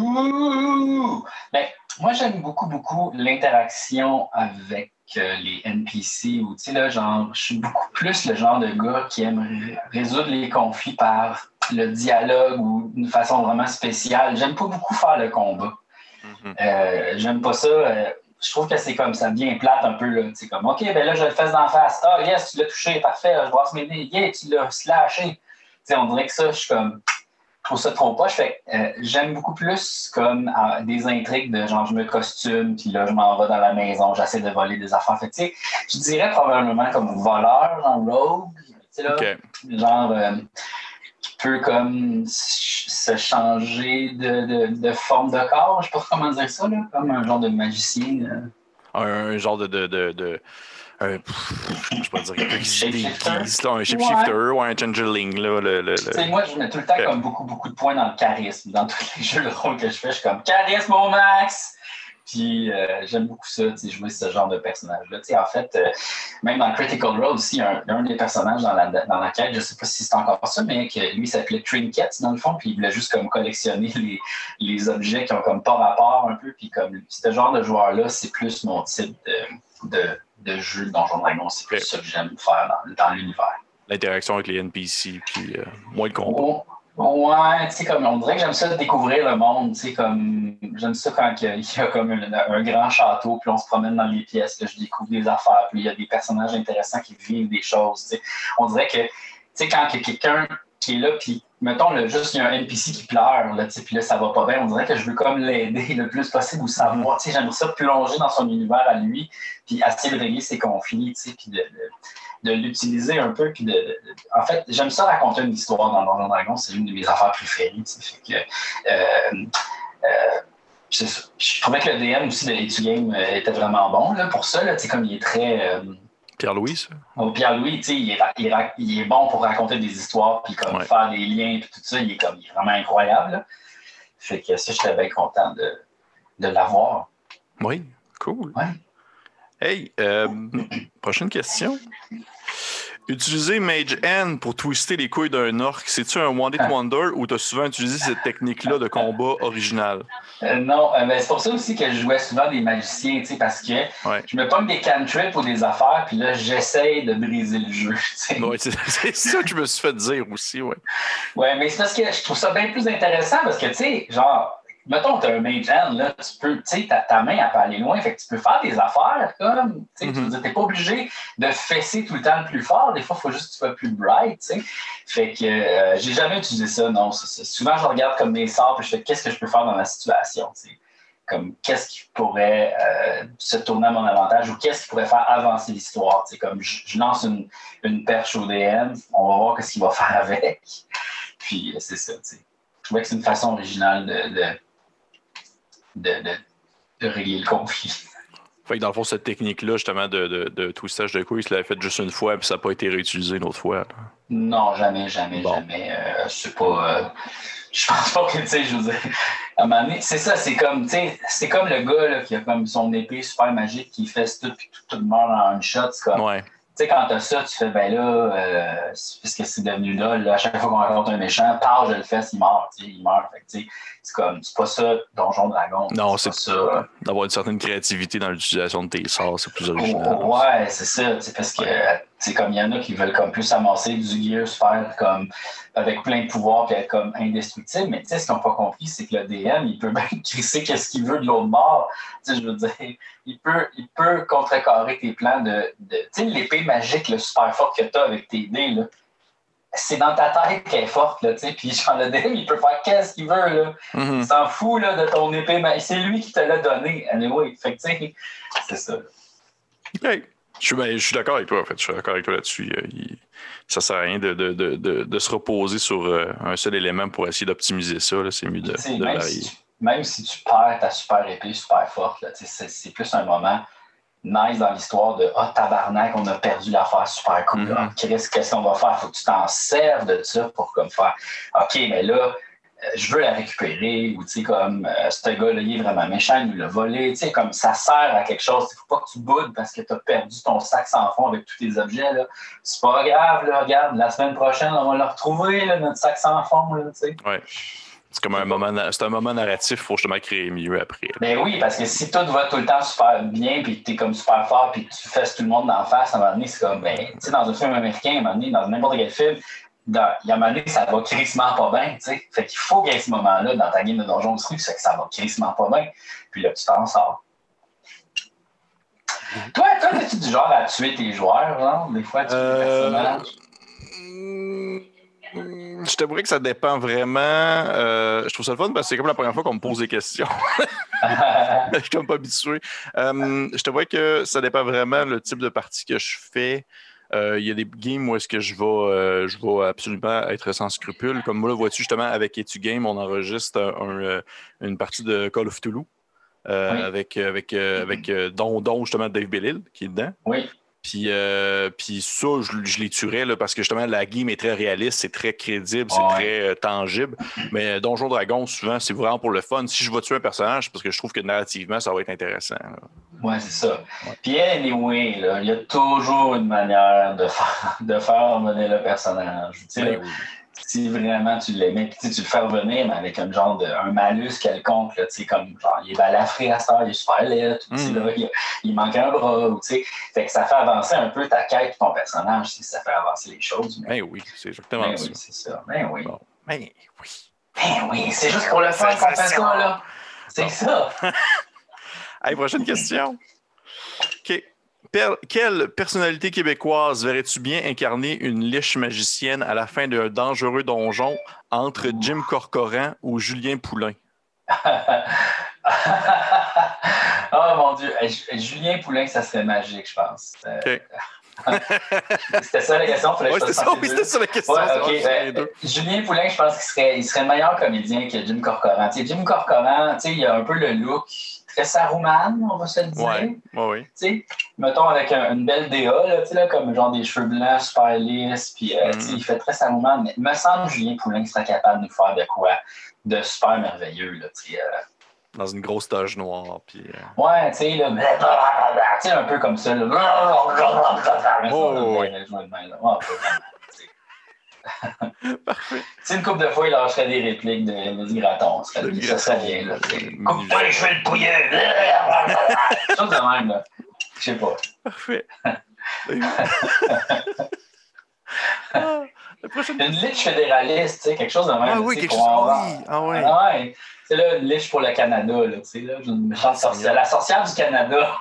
Ouh! Ben, moi, j'aime beaucoup, beaucoup l'interaction avec euh, les N P C. Ou, tu sais, là, genre, je suis beaucoup plus le genre de gars qui aime r- résoudre les conflits par le dialogue ou d'une façon vraiment spéciale. J'aime pas beaucoup faire le combat. Mm-hmm. Euh, j'aime pas ça. Euh, je trouve que c'est comme ça, bien plate un peu. Là. C'est comme, OK, ben là, je le fais d'en face. Ah, yes, tu l'as touché, parfait, je brasse mes dés. Yeah, tu l'as slashé. Tu sais, on dirait que ça, je suis comme... Je trouve ça trop poche. Fait euh, j'aime beaucoup plus comme euh, des intrigues de genre je me costume, puis là je m'en vais dans la maison, j'essaie de voler des affaires. Fait que, je dirais probablement comme voleur, genre rogue, là, okay. genre euh, qui peut comme se changer de, de, de forme de corps. Je sais pas comment dire ça, là, comme un genre de magicien. Euh. Un, un genre de... de, de, de... Un, je ne sais pas dire un shapeshifter ouais. ou un changeling. Là, le, le, le... Moi, je mets tout le temps okay. comme beaucoup, beaucoup de points dans le charisme. Dans tous les jeux de rôle que je fais, je suis comme charisme au max! Puis euh, j'aime beaucoup ça, jouer ce genre de personnage-là. T'sais, en fait, euh, même dans Critical Role aussi, il y a un, un des personnages dans la, dans la quête, je ne sais pas si c'est encore ça, mais que lui s'appelait Trinkets dans le fond, puis il voulait juste comme collectionner les, les objets qui ont comme pas rapport un peu. Puis comme ce genre de joueur-là, c'est plus mon type de... de de jeu de Donjons Dragons, c'est plus okay. ça que j'aime faire dans, dans l'univers. L'interaction avec les N P C, puis euh, moins le combat. Oh, ouais, tu sais, comme on dirait que j'aime ça découvrir le monde, tu sais, comme j'aime ça quand il y a, il y a comme un, un grand château, puis on se promène dans les pièces, que je découvre des affaires, puis il y a des personnages intéressants qui vivent des choses, tu sais. On dirait que, tu sais, quand il y a quelqu'un qui est là, puis mettons, là, juste il y a un N P C qui pleure, là, puis là, ça va pas bien. On dirait que je veux comme l'aider le plus possible ou savoir. Mm-hmm. J'aimerais ça plonger dans son univers à lui, puis essayer de régler ses conflits, puis de, de, de l'utiliser un peu. Puis de, de, en fait, j'aime ça raconter une histoire dans Donjons Dragons. C'est une de mes affaires préférées. Fait que, euh, euh, c'est ça. Je trouvais que le D M aussi de Etu Game était vraiment bon là, pour ça. Là, comme il est très... Euh, Pierre-Louis, ça? Oh, Pierre-Louis, tu sais, il, il, il est bon pour raconter des histoires puis comme ouais. faire des liens et tout ça. Il est, comme, il est vraiment incroyable. Là. Fait que ça, j'étais bien content de, de l'avoir. Oui, cool. Ouais. Hey, euh, prochaine question. Utiliser Mage Hand pour twister les couilles d'un orc, c'est-tu un One Hit Wonder ou tu as souvent utilisé cette technique-là de combat originale? Euh, non, euh, ben, c'est pour ça aussi que je jouais souvent des magiciens, parce que ouais. je me pogne des cantrips ou des affaires, puis là, j'essaye de briser le jeu. Ouais, c'est, c'est ça que je me suis fait dire aussi, ouais. Ouais, mais c'est parce que je trouve ça bien plus intéressant, parce que, tu sais, genre, mettons, tu as un mage hand, là, tu peux, tu sais, ta, ta main, elle peut aller loin, fait que tu peux faire des affaires comme, tu sais, mm-hmm. tu veux dire, t'es pas obligé de fesser tout le temps le plus fort, des fois, il faut juste que tu sois plus bright, tu sais. Fait que euh, j'ai jamais utilisé ça, non. C'est, c'est, souvent, je regarde comme des sorts, puis je fais qu'est-ce que je peux faire dans la situation, tu sais. Comme qu'est-ce qui pourrait euh, se tourner à mon avantage ou qu'est-ce qui pourrait faire avancer l'histoire, tu sais. Comme je, je lance une, une perche au D M, on va voir qu'est-ce qu'il va faire avec. Puis c'est ça, tu sais. Je trouvais que c'est une façon originale de, de De, de, de régler le conflit. Fait que dans le fond, cette technique-là, justement, de, de, de twistage de couilles, tu l'avais fait juste une fois, puis ça n'a pas été réutilisé une autre fois. Là. Non, jamais, jamais, bon. jamais. Euh, c'est pas. Euh, je pense pas que, tu sais, je veux dire. À un moment donné, c'est ça, c'est comme, tu sais, c'est comme le gars là, qui a comme son épée super magique qui fait tout, puis tout, tout meurt en une shot. C'est comme. Ouais. Tu sais, quand t'as ça, tu fais, ben là, euh, parce que c'est devenu là, là, à chaque fois qu'on rencontre un méchant, paf, je le fais, il meurt, tu sais, il meurt. Fait que, tu sais, c'est comme, c'est pas ça, Donjon Dragon. Non, c'est, c'est pas ça. D'avoir une certaine créativité dans l'utilisation de tes sorts, c'est plus Oh, original. oh, ouais, c'est ça, tu sais, parce que, Ouais. c'est comme, il y en a qui veulent comme plus amasser du gear, se faire comme, avec plein de pouvoirs, puis être comme indestructible, mais tu sais, ce qu'ils n'ont pas compris, c'est que le D M, il peut bien crisser qu'est-ce qu'il veut de l'autre bord. Tu sais, je veux dire, il peut, il peut contrecarrer tes plans de, de tu sais, l'épée magique, le super forte que tu as avec tes dés, là. C'est dans ta tête qu'elle est forte, là, tu sais, puis genre, le D M, il peut faire qu'est-ce qu'il veut, là. Mm-hmm. Il s'en fout, là, de ton épée, mais c'est lui qui te l'a donné, anyway. Fait que, tu sais, c'est ça. OK. Je suis, ben, je suis d'accord avec toi, en fait. Je suis d'accord avec toi là-dessus. Il, ça sert à rien de, de, de, de, de se reposer sur euh, un seul élément pour essayer d'optimiser ça. Là. C'est mieux de, de même varier. Si tu, même si tu perds ta super épée super forte, là, c'est, c'est plus un moment nice dans l'histoire de « Ah, oh, tabarnak, on a perdu l'affaire super cool. Mm-hmm. Ah, Chris, qu'est-ce qu'on va faire? Faut que tu t'en serves de ça pour comme faire « OK, mais là, je veux la récupérer. » Ou tu sais, comme euh, « Ce gars-là, il est vraiment méchant, il nous l'a volé. » Tu sais, comme ça sert à quelque chose. Il ne faut pas que tu boudes parce que tu as perdu ton sac sans fond avec tous tes objets. Là. C'est pas grave, là, regarde, la semaine prochaine, on va le retrouver, là, notre sac sans fond. Là, tu sais. Ouais. C'est comme un moment, c'est un moment narratif, il faut justement créer mieux après. Là. Ben oui, parce que si tout va tout le temps super bien, puis que t'es comme super fort, puis que tu fesses tout le monde d'en face, à un moment donné, c'est comme, ben, tu sais, dans un film américain, à un moment donné, dans n'importe quel film, dans, il y a un moment donné, ça va crissement pas bien, tu sais. Fait qu'il faut qu'il y ait ce moment-là dans ta game de Donjon de Truc, c'est que ça va crissement pas bien, puis là, tu t'en sors. Mm-hmm. Toi, toi, es-tu du genre à tuer tes joueurs, genre, des fois, tu tues euh... des personnages? Je t'avouerais que ça dépend vraiment. Euh, je trouve ça le fun parce que c'est comme la première fois qu'on me pose des questions. Je suis comme pas habitué. Euh, je t'avouerais que ça dépend vraiment le type de partie que je fais. Il euh, y a des games où est-ce que je vais, euh, je vais absolument être sans scrupules. Comme moi, là, vois-tu, justement, avec Etu Game, on enregistre un, un, une partie de Call of Cthulhu euh, oui. avec, avec, euh, avec euh, dont, dont, justement, Dave Bellil qui est dedans. Oui. Puis, euh, puis ça, je, je les tuerais là, parce que justement, la game est très réaliste, c'est très crédible, c'est oh, très euh, tangible. Mais Donjon Dragon, souvent, c'est vraiment pour le fun. Si je vais tuer un personnage, c'est parce que je trouve que narrativement, ça va être intéressant. Là. Ouais, c'est ça. Ouais. Puis anyway, il y a toujours une manière de faire, de faire revenir le personnage. Tu sais, ben, oui. Si vraiment tu l'aimais, puis tu le fais revenir, mais avec un genre de un malus quelconque, là, comme genre, il est balafré à cette heure, il est super laid, mm. là, il, il manque un bras, ou, fait que ça fait avancer un peu ta quête et ton personnage, ça fait avancer les choses. Mais... Ben oui, c'est exactement ben ça. Oui, c'est ça. Ben oui. Bon. Ben oui. Ben oui, c'est juste pour le fun qu'on fait ça, là. C'est bon. Ça. Allez, prochaine question. OK. Per- quelle personnalité québécoise verrais-tu bien incarner une liche magicienne à la fin d'un dangereux donjon entre Jim Corcoran ou Julien Poulain? Oh mon Dieu, Julien Poulain, ça serait magique, je pense. OK. C'était ça la question? Oui, c'était ça, oui, c'était ça la question. Ouais, okay. euh, Julien Poulain, je pense qu'il serait, il serait meilleur comédien que Jim Corcoran. T'sais, Jim Corcoran, il a un peu le look très Saruman, on va se le dire. Oui, oui, oui. Mettons avec un, une belle D A, là, là, comme genre des cheveux blancs super lisses, puis euh, mm. il fait très Saruman, mais il me semble que Julien Poulain serait capable de nous faire de quoi de super merveilleux. Là, euh, dans une grosse toge noire. Puis, euh... ouais, tu sais, là, tu sais, un peu comme ça. Là. Oh, oui. Parfait. Tu sais, une couple de fois, il lâcherait des répliques de Mehdi Graton. Ça serait, ça serait bien, là. Coupe-toi les cheveux de pouillet! Chose de même, là. Je sais pas. Parfait. ah, une liche fédéraliste, tu sais, quelque chose de même. Ah oui, quelque chose. Ah oui. Ah oui. Ah ouais. C'est là une liche pour le Canada, là, tu sais, là, une méchante sorcière. La sorcière du Canada.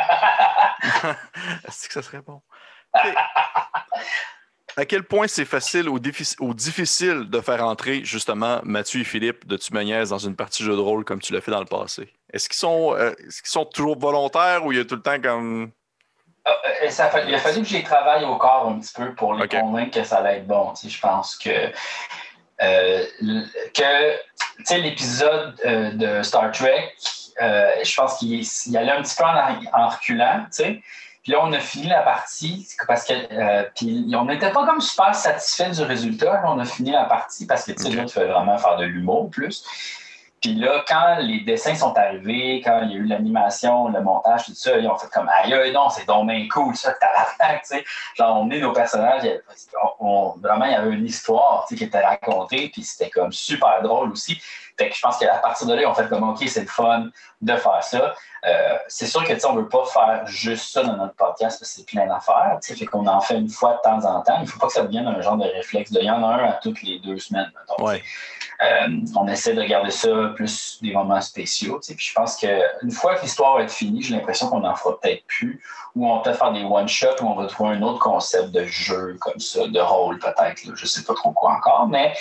Est-ce que ça serait bon? Okay. À quel point c'est facile ou, diffi- ou difficile de faire entrer, justement, Mathieu et Philippe de Tumeniaise dans une partie jeu de rôle comme tu l'as fait dans le passé? Est-ce qu'ils sont, euh, est-ce qu'ils sont toujours volontaires ou il y a tout le temps comme... Euh, ça a, il a fallu que j'y travaille au corps un petit peu pour les okay. convaincre que ça allait être bon. Tu sais, je pense que... Euh, que tu sais, l'épisode euh, de Star Trek, euh, je pense qu'il il allait un petit peu en, en reculant, tu sais. Puis là, on a fini la partie parce que euh, puis on n'était pas comme super satisfait du résultat. Là, on a fini la partie parce que tu sais, okay. là, tu fais vraiment faire de l'humour plus. Puis là, quand les dessins sont arrivés, quand il y a eu l'animation, le montage, tout ça, ils ont fait comme aïe, aïe, non, c'est donc bien cool, ça, t'as tu sais. Genre, on est nos personnages, on, on, vraiment, il y avait une histoire qui était racontée, puis c'était comme super drôle aussi. Fait que je pense qu'à partir de là, ils ont fait comme OK, c'est le fun de faire ça. Euh, c'est sûr que on ne veut pas faire juste ça dans notre podcast parce que c'est plein d'affaires. Fait qu'on en fait une fois de temps en temps. Il ne faut pas que ça devienne un genre de réflexe. Il y en a un à toutes les deux semaines, mettons. Ouais. Euh, on essaie de garder ça plus des moments spéciaux. Puis je pense qu'une fois que l'histoire va être finie, j'ai l'impression qu'on n'en fera peut-être plus. Ou on va peut-être faire des one-shots où on va trouver un autre concept de jeu comme ça, de rôle peut-être. Là. Je ne sais pas trop quoi encore, mais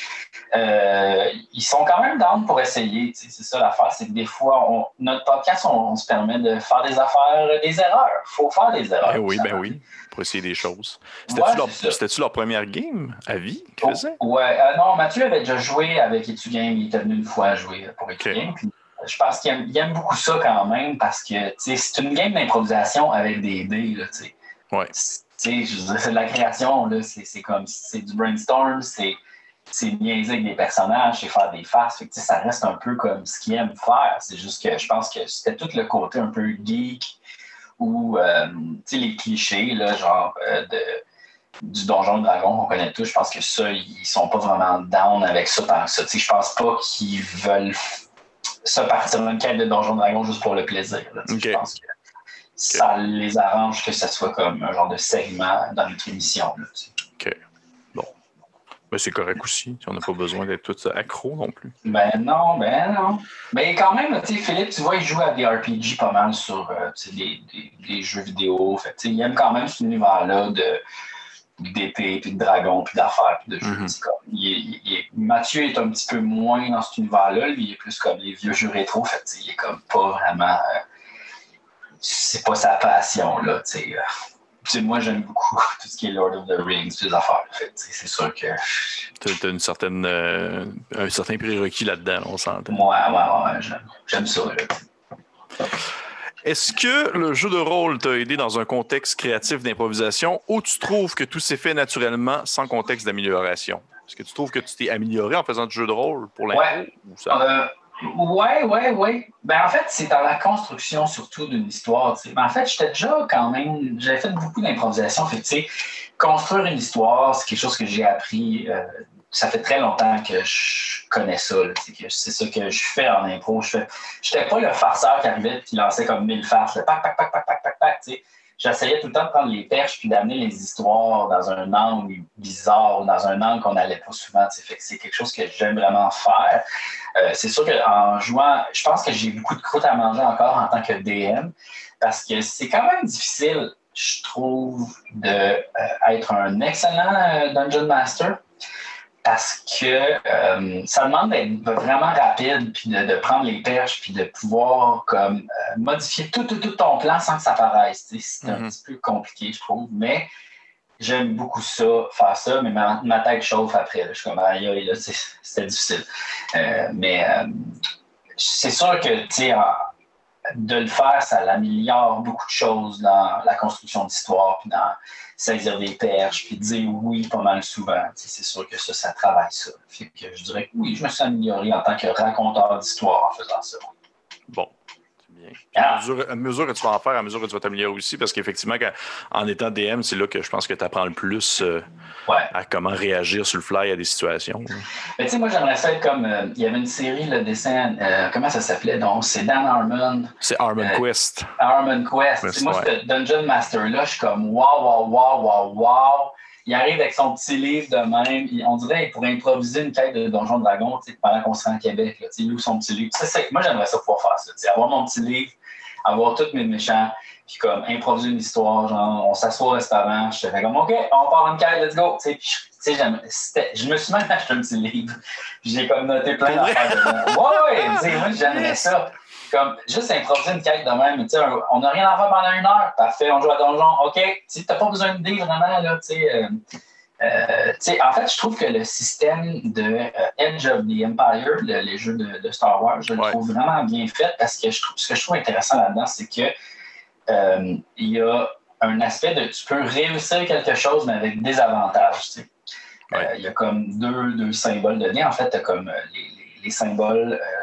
euh, ils sont quand même down pour essayer. C'est ça l'affaire, c'est que des fois, on, notre podcast, on, on se permet de faire des affaires, des erreurs. Il faut faire des erreurs. Ben oui, ben oui, pour essayer des choses. C'était-tu, ouais, leur, c'est c'était-tu leur première game à vie qu'ils faisaient? Oh, ouais, euh, non, Mathieu avait déjà joué avec EtuGame. Il était venu une fois jouer pour EtuGame. Okay. Puis, je pense qu'il aime, il aime beaucoup ça quand même parce que c'est une game d'improvisation avec des dés. Là, ouais. Je veux dire, c'est de la création. Là, c'est, c'est comme c'est du brainstorm, c'est, c'est niaiser avec des personnages, c'est faire des faces. Fait que, ça reste un peu comme ce qu'il aime faire. C'est juste que je pense que c'était tout le côté un peu geek ou euh, les clichés, là, genre euh, de. du Donjon et Dragon qu'on connaît tous, je pense que ça, ils sont pas vraiment down avec ça tant que ça. Je pense pas qu'ils veulent se partir d'une quête de Donjon et Dragon juste pour le plaisir. Okay. Je pense que okay. ça les arrange que ça soit comme un genre de segment dans notre émission. Là, OK. Bon. Ben, c'est correct aussi. On n'a pas besoin d'être tous accros non plus. Ben non, ben non. Mais quand même, tu sais, Philippe, tu vois, il joue à des R P G pas mal sur euh, des, des, des jeux vidéo. Fait, il aime quand même cet univers-là de d'épée, puis de dragon, puis d'affaires, puis de jeux. Mm-hmm. Comme, il est, il est, Mathieu est un petit peu moins dans cet univers-là. Lui, il est plus comme les vieux jeux rétro. Fait, il est comme pas vraiment... Euh, c'est pas sa passion, là. T'sais. T'sais, moi, j'aime beaucoup tout ce qui est Lord of the Rings, ces affaires. Fait, c'est sûr que... T'as une certaine, euh, un certain prérequis là-dedans, on s'entend. Ouais, ouais, ouais. J'aime, j'aime ça, là. Est-ce que le jeu de rôle t'a aidé dans un contexte créatif d'improvisation ou tu trouves que tout s'est fait naturellement sans contexte d'amélioration? Est-ce que tu trouves que tu t'es amélioré en faisant du jeu de rôle pour l'impro? Ouais. Ou ça... euh, ouais, ouais, ouais. Ben, en fait, c'est dans la construction surtout d'une histoire. Ben, en fait, j'étais déjà quand même... J'avais fait beaucoup d'improvisation. Fait que, construire une histoire, c'est quelque chose que j'ai appris... Euh, ça fait très longtemps que je connais ça. Là, que c'est ça que je fais en impro. Je n'étais pas le farceur qui arrivait et qui lançait comme mille farces. Pac, pac, pac, pac, pac, pac, pac. J'essayais tout le temps de prendre les perches puis d'amener les histoires dans un angle bizarre ou dans un angle qu'on n'allait pas souvent. Fait que c'est quelque chose que j'aime vraiment faire. Euh, c'est sûr qu'en jouant, je pense que j'ai beaucoup de croûte à manger encore en tant que D M parce que c'est quand même difficile, je trouve, d'être euh, un excellent euh, Dungeon Master. Parce que euh, ça demande d'être vraiment rapide, puis de, de prendre les perches, puis de pouvoir comme, euh, modifier tout, tout, tout ton plan sans que ça paraisse. C'est mm-hmm. un petit peu compliqué, je trouve, mais j'aime beaucoup ça, faire ça, mais ma, ma tête chauffe après. Là. Je suis comme, aïe, aïe, là, c'est, c'était difficile. Euh, mais euh, c'est sûr que, tu sais, de le faire, ça améliore beaucoup de choses dans la construction d'histoire, puis dans saisir des perches, puis dire oui pas mal souvent. C'est sûr que ça, ça travaille ça. Fait que je dirais que oui, je me suis amélioré en tant que raconteur d'histoire en faisant ça. Bon, c'est bien. À mesure, à mesure que tu vas en faire, à mesure que tu vas t'améliorer aussi, parce qu'effectivement, quand, en étant D M, c'est là que je pense que tu apprends le plus euh, ouais. à comment réagir sur le fly à des situations. Mais tu sais, moi, j'aimerais ça être comme... Euh, il y avait une série, le dessin... Euh, comment ça s'appelait? Donc, c'est Dan Harmon. C'est Harmon euh, Quest. Harmon Quest. Quest moi, ouais. ce Dungeon Master-là, je suis comme wow, wow, wow, wow, wow. Il arrive avec son petit livre de même. Il, on dirait qu'il pourrait improviser une quête de Donjon Dragon pendant qu'on se rend à Québec. Là, il ouvre son petit livre. Ça, c'est, moi, j'aimerais ça pouvoir faire ça. Avoir mon petit livre, avoir tous mes méchants, puis comme improviser une histoire. Genre, on s'assoit au restaurant. Je fais comme OK, on part une quête, let's go. Puis, je me suis même acheté un petit livre. J'ai comme noté plein d'affaires dedans. Ouais, ouais, moi, j'aimerais ça. Comme juste improviser une quête de même, on n'a rien à faire pendant une heure, parfait, on joue à Donjon, OK, tu n'as pas besoin d'idées vraiment, là, tu sais. Euh, euh, en fait, je trouve que le système de euh, Edge of the Empire, le, les jeux de, de Star Wars, je le ouais. trouve vraiment bien fait parce que je trouve, ce que je trouve intéressant là-dedans, c'est que euh, il y a un aspect de tu peux réussir quelque chose, mais avec des avantages, tu sais. Il ouais. euh, y a comme deux, deux symboles de lien. En fait, tu as comme les, les, les symboles euh,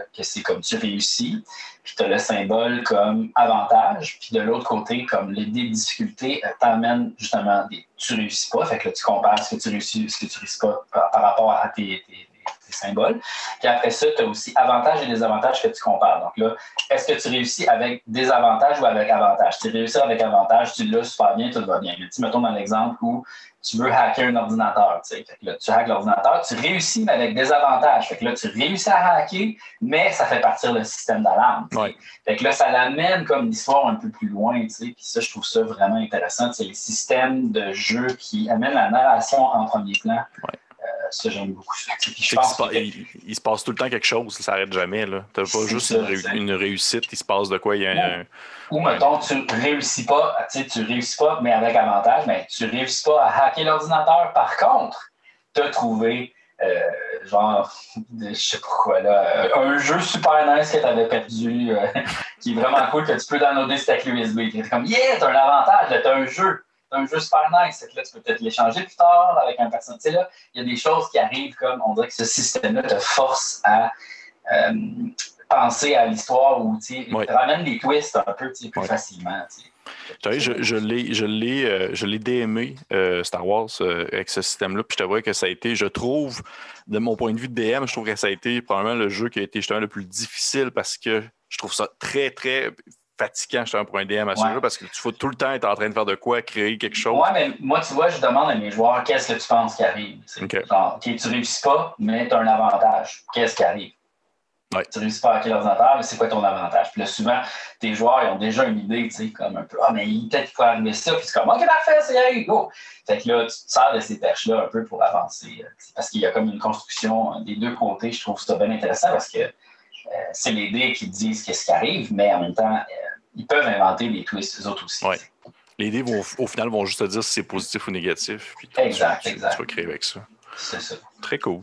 que c'est comme tu réussis, puis tu as le symbole comme avantage, puis de l'autre côté, comme les dés de difficulté euh, t'amènent justement des tu réussis pas, fait que là, tu compares ce que tu réussis, ce que tu réussis pas par, par rapport à tes, tes, tes symboles. Puis après ça, tu as aussi avantages et désavantages que tu compares. Donc là, est-ce que tu réussis avec désavantages ou avec avantages? Tu réussis avec avantage, tu l'as super bien, tout va bien. Mais tu mettons dans l'exemple où tu veux hacker un ordinateur. Fait que là, tu hackes l'ordinateur, tu réussis, mais avec des avantages. Fait que là, tu réussis à hacker, mais ça fait partir le système d'alarme. Ouais. Fait que là, ça l'amène comme l'histoire un peu plus loin. Puis ça, je trouve ça vraiment intéressant. C'est les systèmes de jeu qui amènent la narration en premier plan. Ouais. Euh, ça, j'aime beaucoup ça. Puis je C'est pense qu'il se que... pa- il, il se passe tout le temps quelque chose, ça s'arrête jamais. Tu n'as pas C'est juste ça, une, ré- c'est- une réussite, il se passe de quoi. Il y a un, Ou, mettons, tu réussis pas, tu sais, tu réussis pas, mais avec avantage, mais tu réussis pas à hacker l'ordinateur. Par contre, tu as trouvé, euh, genre, je sais pas quoi, là, un jeu super nice que tu avais perdu, euh, qui est vraiment cool, que tu peux downloader sur ta clé U S B. Tu es comme, yeah, tu as un avantage, tu as un jeu. C'est un jeu super nice. Là, tu peux peut-être l'échanger plus tard avec un personnage. Tu sais, là, il y a des choses qui arrivent comme, on dirait que ce système-là te force à euh, penser à l'histoire ou tu sais, ouais. te ramène des twists un peu tu sais, plus ouais. facilement. Tu sais. Tu sais, je, je l'ai, je l'ai, euh, je l'ai D Mé, euh, Star Wars, euh, avec ce système-là. Puis je te vois que ça a été, je trouve, de mon point de vue de D M, je trouve que ça a été probablement le jeu qui a été justement le plus difficile parce que je trouve ça très, très fatigant justement pour un D M à ce Ouais. jeu parce que tu faut tout le temps être en train de faire de quoi, créer quelque chose. Ouais, mais moi, tu vois, je demande à mes joueurs qu'est-ce que tu penses qui arrive. Okay. Genre, OK, tu réussis pas, mais tu as un avantage. Qu'est-ce qui arrive? Ouais. Tu réussis pas à hacker l'ordinateur, mais c'est quoi ton avantage? Puis là, souvent, tes joueurs, ils ont déjà une idée, tu sais, comme un peu, ah, mais peut-être qu'il faut arriver ça, puis c'est comme, OK, parfait, ça y arrive, go! Fait que là, tu te sers de ces perches-là un peu pour avancer. Parce qu'il y a comme une construction des deux côtés, je trouve ça bien intéressant parce que euh, c'est les dés qui disent qu'est-ce qui arrive, mais en même temps, euh, ils peuvent inventer des twists, eux autres aussi. Ouais. Les dés, vont, au final, vont juste te dire si c'est positif ou négatif. Puis exact, tu, exact. Tu vas créer avec ça. C'est ça. Très cool.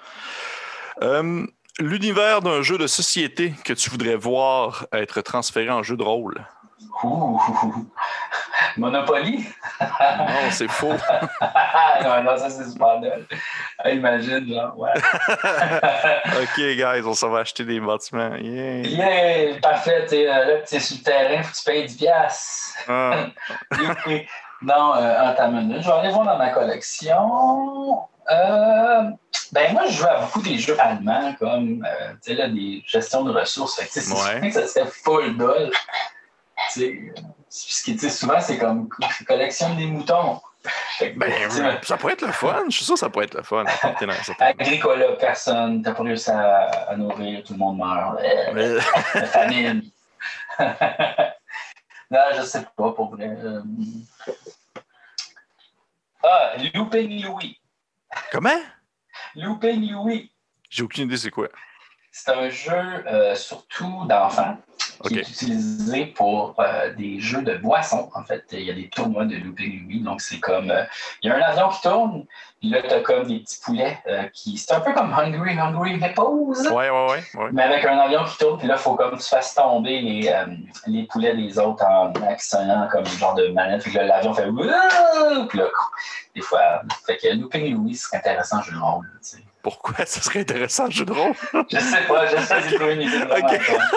Euh, l'univers d'un jeu de société que tu voudrais voir être transféré en jeu de rôle? Ouh, Monopoly? Non, c'est faux. non, non, ça, c'est super drôle. Imagine, genre, ouais. OK, guys, on s'en va acheter des bâtiments. Yeah! Yeah, parfait. T'es, euh, là, tu es sur le terrain, faut que tu payes dix piastres. Ah. non, euh, attends une minute. Je vais aller voir dans ma collection. Euh, ben, moi, je joue à beaucoup des jeux allemands, comme, euh, tu sais, là, des gestions de ressources. Fait que, tu sais, c'est Ouais. sûr que ça serait full dol. Tu sais, ce qui, tu sais, souvent, c'est comme collectionne des moutons. Fait que, Ben, tu sais, ça pourrait être le fun. Je suis sûr que ça pourrait être le fun. Agricola, personne. T'as pas réussi à, à nourrir, tout le monde meurt. Mais... La famine. non, je sais pas, pour vrai. Euh... Ah, Looping Louis. Comment? Looping Louis. J'ai aucune idée c'est quoi. C'est un jeu euh, surtout d'enfants qui okay. est utilisé pour euh, des jeux de boissons. En fait, il y a des tournois de Looping Louis. Donc, c'est comme... Euh, il y a un avion qui tourne, puis là, tu as comme des petits poulets euh, qui... C'est un peu comme Hungry, Hungry Hippos. Ouais, ouais, ouais, ouais. Mais avec un avion qui tourne, puis là, il faut comme tu fasses tomber les, euh, les poulets des autres en actionnant comme genre de manette. Puis là, l'avion fait... Puis là, des fois... Fait que Looping Louis, c'est intéressant, jeu de rôle. Tu sais. Pourquoi ça serait intéressant, le jeu de rôle? Je sais pas, j'essaie de trouver une idée de vraiment.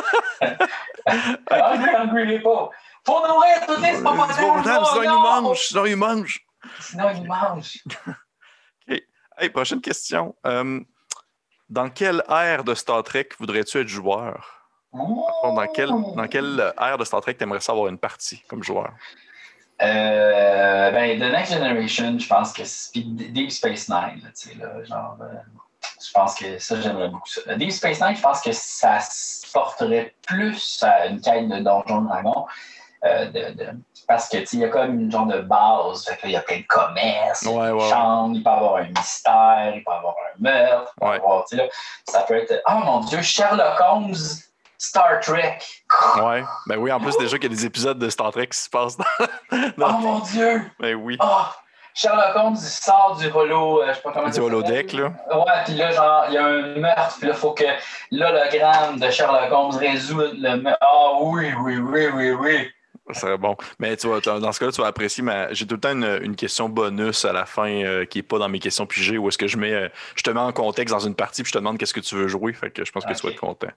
Hungry, Hungry Hippo. Faut nourrir tous les hippopotames! Sinon, ils mangent! Sinon, ils mangent! Sinon, ils mangent! OK. Hey, prochaine question. Euh, dans quelle ère de Star Trek voudrais-tu être joueur? Ouh. Dans quelle, dans quelle ère de Star Trek t'aimerais ça avoir une partie comme joueur? Euh, ben, The Next Generation, je pense que c'est Deep Space Nine, là, tu sais, là, genre, euh, je pense que ça, j'aimerais beaucoup ça. Deep Space Nine, je pense que ça se porterait plus à une quête de Donjon Dragon, euh, de, de, parce que, tu sais, il y a comme une genre de base, fait que là, il y a plein de commerces, ouais, des ouais, chambres, il peut y avoir un mystère, il peut y avoir un meurtre, il peut ouais. avoir, tu sais, là, ça peut être, oh mon Dieu, Sherlock Holmes, Star Trek. Ouais, ben oui, en plus, déjà qu'il y a des épisodes de Star Trek qui se passent dans... dans... Oh mon Dieu! Ben oui. Oh, Sherlock Holmes, il sort du holo, euh, je sais pas comment du holodeck, là. Ouais, puis là, genre, il y a un meurtre, puis là, il faut que l'hologramme de Sherlock Holmes résout le meurtre. Ah oh, oui, oui, oui, oui, oui. Ça serait bon. Mais tu vois, dans ce cas-là, tu vas apprécier ma. J'ai tout le temps une, une question bonus à la fin euh, qui n'est pas dans mes questions pigées où est-ce que je mets euh, je te mets en contexte dans une partie puis je te demande qu'est-ce que tu veux jouer. Fait que je pense que okay. Tu vas être content.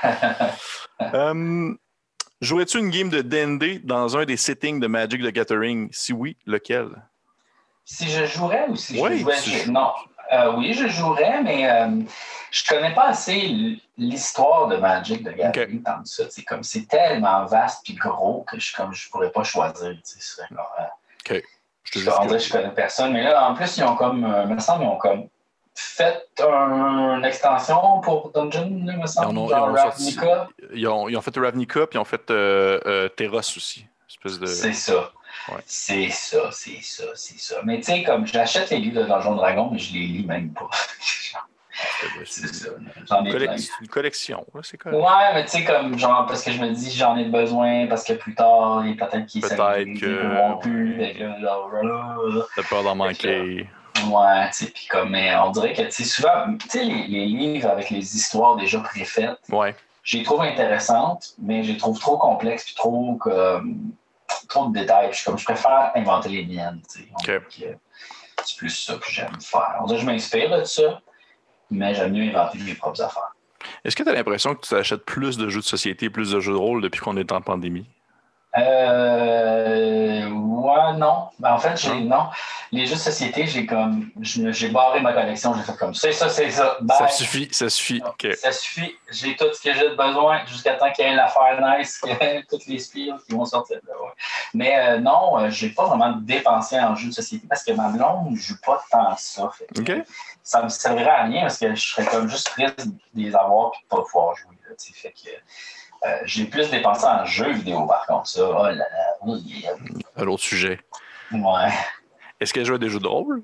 um, jouerais-tu une game de D and D dans un des settings de Magic the Gathering? Si oui, lequel? Si je jouerais ou si oui, je jouais? Si je... Non. Euh, oui, je jouerais, mais euh, je connais pas assez l'histoire de Magic de Gathering okay. Tant que ça. C'est comme c'est tellement vaste et gros que je comme je pourrais pas choisir. C'est genre, euh, OK. Je te en vrai, je connais personne. Mais là, en plus, ils ont comme. Euh, me semble, ils ont comme fait un, une extension pour Dungeon, là, me semble. Ils ont, genre ils ont Ravnica. Ils ont, ils ont fait Ravnica, puis ils ont fait euh, euh, Terros aussi. De... C'est ça. Ouais. C'est ça, c'est ça, c'est ça. Mais tu sais, comme j'achète les livres de Donjon Dragon, mais je les lis même pas. c'est ça. J'en ai plein. C'est une collection, là, c'est correct. Ouais, mais tu sais, comme genre, parce que je me dis j'en ai besoin, parce que plus tard, il peut-être qu'ils peut-être que. Ils plus. Avec là, genre, t'as peur d'en manquer. Ouais, tu sais, puis comme, mais on dirait que, tu sais, souvent, tu sais, les, les livres avec les histoires déjà préfaites, ouais. Je les trouve intéressantes, mais je les trouve trop complexes, puis trop, comme, trop de détails. Puis comme, je préfère inventer les miennes, tu sais. Okay. Donc, c'est plus ça que j'aime faire. On dirait que je m'inspire de ça, mais j'aime mieux inventer mes propres affaires. Est-ce que tu as l'impression que tu achètes plus de jeux de société, plus de jeux de rôle depuis qu'on est en pandémie? Euh. Ouais, non. Ben, en fait, j'ai. Hum. Non. Les jeux de société, j'ai comme. J'ai barré ma collection, j'ai fait comme c'est ça, c'est ça. Bye. Ça suffit, ça suffit. Okay. Ça suffit. J'ai tout ce que j'ai besoin jusqu'à temps qu'il y ait une affaire nice, que toutes les spires qui vont sortir de là. Ouais. Mais euh, non, euh, j'ai pas vraiment dépensé en jeux de société parce que ma blonde ne joue pas tant ça. Fait que, okay. Ça me servirait à rien parce que je serais comme juste triste de les avoir et de pas pouvoir jouer. Là, fait que. Euh, j'ai plus dépensé en jeux vidéo, par contre, ça. Oh là là. Oh, yeah. Un autre sujet. Ouais. Est-ce qu'elle joue à des jeux de rôle?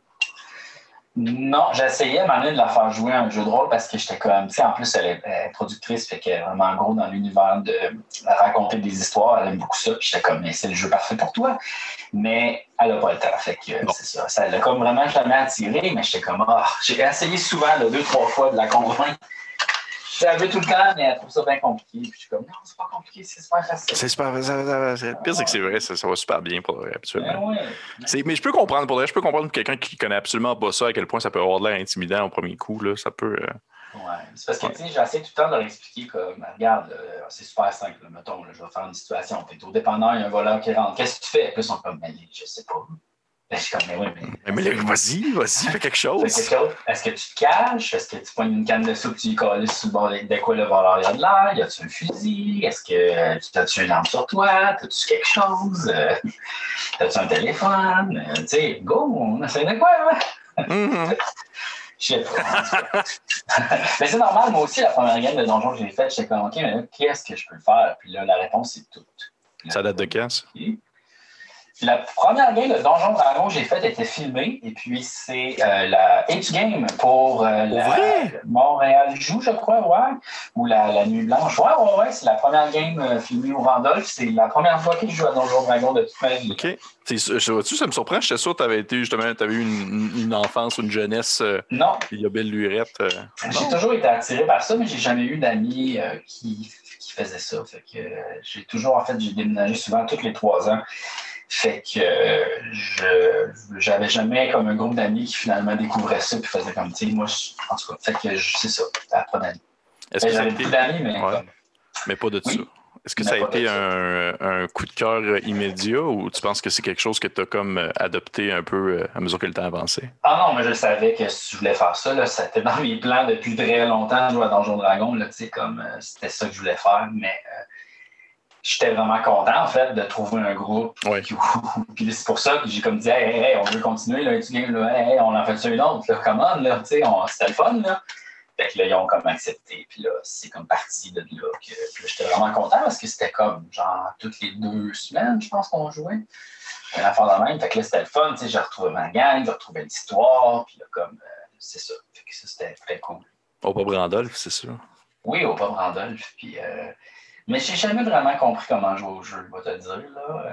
Non, j'essayais à de la faire jouer à un jeu de rôle parce que j'étais comme, tu sais, en plus, elle est, elle est productrice, fait qu'elle est vraiment gros dans l'univers de raconter des histoires. Elle aime beaucoup ça. Puis j'étais comme, mais c'est le jeu parfait pour toi. Mais elle n'a pas le temps. Fait que non. C'est ça. Ça l'a comme vraiment jamais attiré, mais j'étais comme, ah, oh. J'ai essayé souvent, là, deux, trois fois, de la convaincre. J'avais tout le temps, mais elle trouve ça bien compliqué. Puis je suis comme, non, c'est pas compliqué, c'est super facile. C'est super facile. Le pire, c'est que c'est vrai, ça, ça va super bien pour vrai, absolument. Ouais, ouais. Mais je peux comprendre, pour vrai, je peux comprendre quelqu'un qui connaît absolument pas ça, à quel point ça peut avoir de l'air intimidant au premier coup. Là, ça peut. Euh... Ouais, c'est parce que, ouais. Tu sais, j'essaie tout le temps de leur expliquer comme, regarde, là, c'est super simple, là, mettons, là, je vais faire une situation. T'es au dépanneur, il y a un voleur qui rentre. Qu'est-ce que tu fais? Puis ils sont comme, mais je sais pas. Ben, je suis comme, mais oui, mais. Mais, mais vas-y, vas-y, fais quelque chose. Fais quelque chose. Est-ce que tu te caches? Est-ce que tu pognes une canne de soupe, tu y colles sur le bord de quoi le voleur y a de l'air? Y a-tu un fusil? Est-ce que tu as-tu une arme sur toi? As-tu quelque chose? Euh, as-tu un téléphone? Euh, tu sais, go, on essaie de quoi, hein? Mm-hmm. Je sais pas. Mais c'est normal, moi aussi, la première game de donjon que j'ai faite, j'étais comme, OK, mais là, qu'est-ce que je peux faire? Puis là, la réponse, c'est tout. Là, ça date de quand, ça? Puis la première game de Donjon Dragon que j'ai faite était filmée, et puis c'est euh, la H-Game pour euh, la vrai? Montréal Joue, je crois, ouais, ou la, la Nuit Blanche. Ouais, ouais, ouais, c'est la première game euh, filmée au Randolph. C'est la première fois que je joue à Donjon Dragon de toute ma vie. OK. C'est, je, tu, ça me surprend, j'étais sûr que tu avais été justement, tu avais eu une, une enfance ou une jeunesse. Euh, non. Il y a belle lurette. Euh, j'ai toujours été attiré par ça, mais j'ai jamais eu d'amis euh, qui, qui faisaient ça. Fait que euh, j'ai toujours, en fait, j'ai déménagé souvent tous les trois ans. Fait que euh, je j'avais jamais comme un groupe d'amis qui finalement découvraient ça puis faisaient comme tu sais moi je, en tout cas fait que je, c'est ça pas d'amis. Est-ce que j'avais été... plus d'amis mais ouais. comme... mais pas de oui. Ça. Est-ce que mais ça a été un, un coup de cœur immédiat ou tu penses que c'est quelque chose que tu as comme adopté un peu à mesure que le temps avançait? Ah non, mais je savais que si je voulais faire ça, là, c'était dans mes plans depuis très longtemps, jouer à Donjon Dragon, là, tu sais, comme euh, c'était ça que je voulais faire, mais euh, j'étais vraiment content, en fait, de trouver un groupe. Oui. Qui, puis c'est pour ça que j'ai comme dit, hey, hey, hey on veut continuer, là, tu game, là, hey, hey, on en fait une autre, là, come on, là, tu sais, c'était le fun, là. Fait que là, ils ont comme accepté, puis là, c'est comme parti de là. Que, puis là, j'étais vraiment content parce que c'était comme, genre, toutes les deux semaines, je pense qu'on jouait. Une affaire de même. Fait que là, c'était le fun, tu sais, j'ai retrouvé ma gang, j'ai retrouvé l'histoire, puis là, comme, euh, c'est ça. Fait que ça, c'était très cool. Au Pub Randolph, c'est sûr. Oui, au Pub Randolph, puis... Euh, mais j'ai jamais vraiment compris comment jouer au jeu, je vais te le dire, là.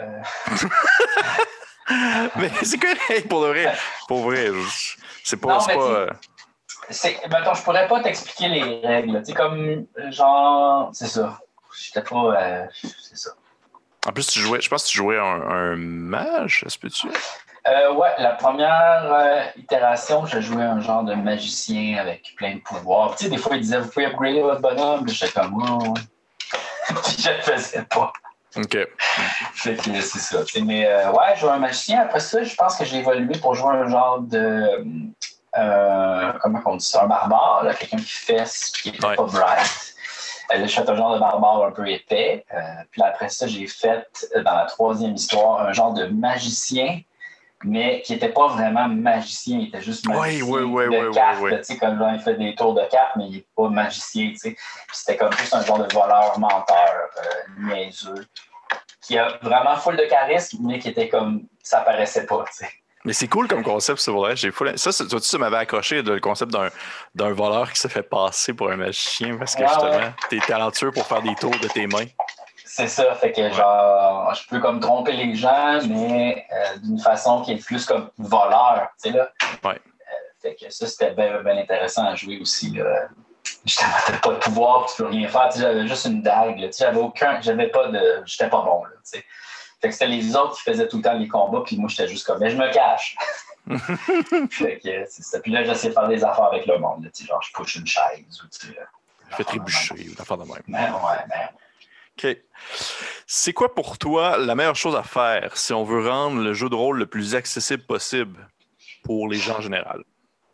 Euh... mais c'est correct, pour le vrai. Pour vrai, c'est pas... Non, c'est pas... C'est, mettons, je pourrais pas t'expliquer les règles. Tu sais, comme, genre, c'est ça. J'étais pas, euh, c'est ça. En plus, tu jouais, je pense que tu jouais un, un mage, est-ce que tu Euh, ouais, la première euh, itération, je jouais un genre de magicien avec plein de pouvoirs. Tu sais, des fois, ils disaient, vous pouvez upgrader votre bonhomme. Puis j'étais comme, oh. Puis je le faisais pas. OK. Fait que c'est ça. Mais euh, ouais, je jouais un magicien. Après ça, je pense que j'ai évolué pour jouer un genre de. Euh, comment on dit ça? Un barbare, là, quelqu'un qui fesse, qui n'est Ouais. pas bright. Euh, là, je fais un genre de barbare un peu épais. Euh, puis après ça, j'ai fait, dans la troisième histoire, un genre de magicien, mais qui n'était pas vraiment magicien, il était juste magicien oui, oui, oui, de oui, cartes. oui, oui. Tu sais, comme genre, il fait des tours de cartes, mais il n'est pas magicien. Tu sais. Puis c'était comme plus un genre de voleur, menteur, euh, niaiseux, qui a vraiment full de charisme, mais qui était comme, ça paraissait pas. Tu sais. Mais c'est cool comme concept, c'est vrai. J'ai full... Ça, ça, ça m'avait accroché, le concept d'un, d'un voleur qui se fait passer pour un magicien parce que ouais, justement, ouais. t'es talentueux pour faire des tours de tes mains. C'est ça, fait que genre, je peux comme tromper les gens, mais euh, d'une façon qui est plus comme voleur, tu sais là. Ouais. Euh, fait que ça, c'était bien, bien intéressant à jouer aussi, là. Justement, t'as pas de pouvoir, tu peux rien faire, tu sais, j'avais juste une dague, là. Tu sais, j'avais aucun, j'avais pas de, j'étais pas bon, là, tu sais. Fait que c'était les autres qui faisaient tout le temps les combats, puis moi, j'étais juste comme, mais je me cache. Fait que c'est ça. Puis là, j'essaie de faire des affaires avec le monde, là, tu sais, genre, je push une chaise, ou tu sais. Je fais trébucher ou l'affaire de même. Ben ouais, ben OK. C'est quoi pour toi la meilleure chose à faire si on veut rendre le jeu de rôle le plus accessible possible pour les gens en général?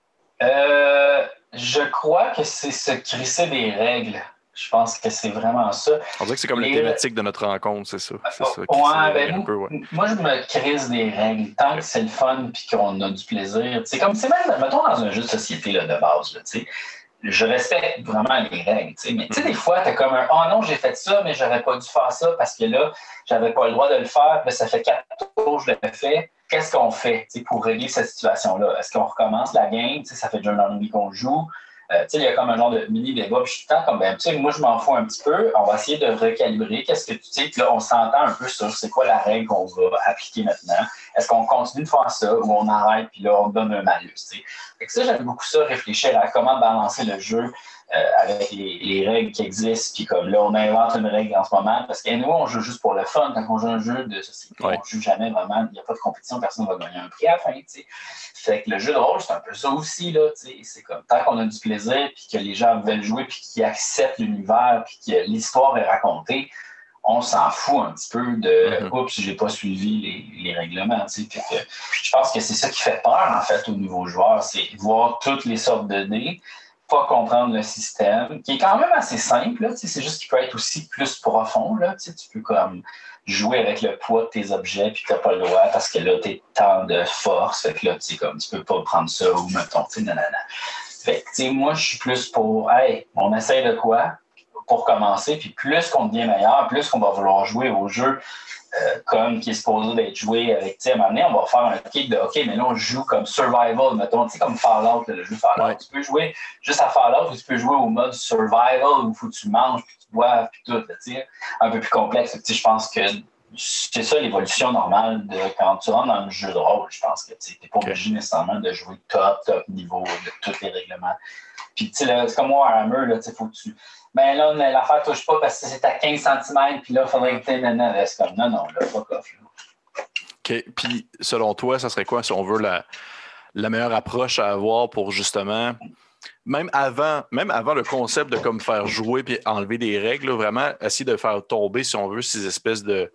Euh, je crois que c'est se crisser des règles. Je pense que c'est vraiment ça. On dirait que c'est comme Et la thématique de notre rencontre, c'est ça. C'est ça ouais, ben, un peu, ouais. Moi, je me crise des règles. Tant okay. que c'est le fun et qu'on a du plaisir. C'est comme, c'est même, mettons, dans un jeu de société là, de base, là, je respecte vraiment les règles. T'sais. Mais tu sais, des fois, t'as comme un « oh non, j'ai fait ça, mais j'aurais pas dû faire ça parce que là, j'avais pas le droit de le faire, puis ça fait quatre tours que je l'ai fait. » Qu'est-ce qu'on fait pour régler cette situation-là? Est-ce qu'on recommence la game? T'sais, ça fait déjà un an et demi qu'on joue. Euh, il y a comme un genre de mini-débat. Puis je suis tout le temps comme, ben, moi, je m'en fous un petit peu. On va essayer de recalibrer. Qu'est-ce que tu sais? Là, on s'entend un peu sur c'est quoi la règle qu'on va appliquer maintenant. Est-ce qu'on continue de faire ça ou on arrête puis là, on donne un malus? T'sais? Fait que ça, j'aime beaucoup ça, réfléchir à comment balancer le jeu euh, avec les, les règles qui existent. Puis comme là, on invente une règle en ce moment parce que nous, on joue juste pour le fun. Quand on joue un jeu de société, ouais. on ne joue jamais vraiment. Il n'y a pas de compétition, personne ne va gagner un prix à la fin. T'sais. Fait que le jeu de rôle, c'est un peu ça aussi. Là, c'est comme tant qu'on a du plaisir, puis que les gens veulent jouer, puis qu'ils acceptent l'univers, puis que l'histoire est racontée, on s'en fout un petit peu de mm-hmm. « Oups, j'ai pas suivi les, les règlements. » Fait que je pense que c'est ça qui fait peur, en fait, aux nouveaux joueurs, c'est voir toutes les sortes de dés, pas comprendre le système, qui est quand même assez simple. Là, c'est juste qu'il peut être aussi plus profond. Là, tu peux comme jouer avec le poids de tes objets puis tu n'as pas le droit parce que là, tu es tant de force. Fait que là, tu comme tu peux pas prendre ça ou mettons, tu sais, nanana. Fait que, moi, je suis plus pour, hey, on essaye de quoi pour commencer, puis plus qu'on devient meilleur, plus qu'on va vouloir jouer au jeu euh, comme qui est supposé d'être joué avec, tu sais, à un moment donné, on va faire un kick de, OK, mais là, on joue comme survival, mettons, tu sais, comme Fallout, le jeu Fallout. Ouais. Tu peux jouer juste à Fallout ou tu peux jouer au mode survival où il faut que tu manges, puis tu bois, puis tout, tu sais, un peu plus complexe. Tu sais, je pense que c'est ça l'évolution normale de quand tu rentres dans le jeu de rôle. Je pense que tu n'es pas obligé okay. nécessairement de jouer top, top niveau de tous les règlements. Puis, tu sais, c'est comme Warhammer, là, tu sais, faut que tu. Ben là, l'affaire touche pas parce que c'est à quinze centimètres, puis là, il faudrait que tu aies maintenant. C'est comme, non, non, là, fuck off. Là. OK. Puis, selon toi, ça serait quoi, si on veut, la, la meilleure approche à avoir pour justement, même avant, même avant le concept de comme faire jouer puis enlever des règles, là, vraiment essayer de faire tomber, si on veut, ces espèces de,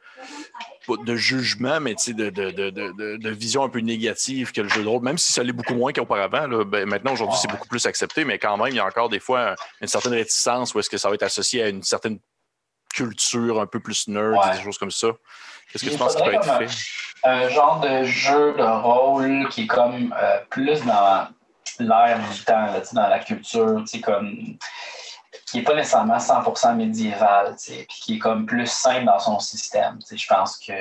de jugement, mais de, de, de, de, de vision un peu négative que le jeu de rôle, même si ça l'est beaucoup moins qu'auparavant. Là, ben, maintenant, aujourd'hui, c'est beaucoup plus accepté, mais quand même, il y a encore des fois une certaine réticence où est-ce que ça va être associé à une certaine culture un peu plus nerd, ouais. des choses comme ça. Qu'est-ce que tu penses qui peut être fait? Un, un genre de jeu de rôle qui est comme euh, plus dans l'air du temps, là, dans la culture, comme qui n'est pas nécessairement cent pour cent médiéval, puis qui est comme plus simple dans son système. Je pense que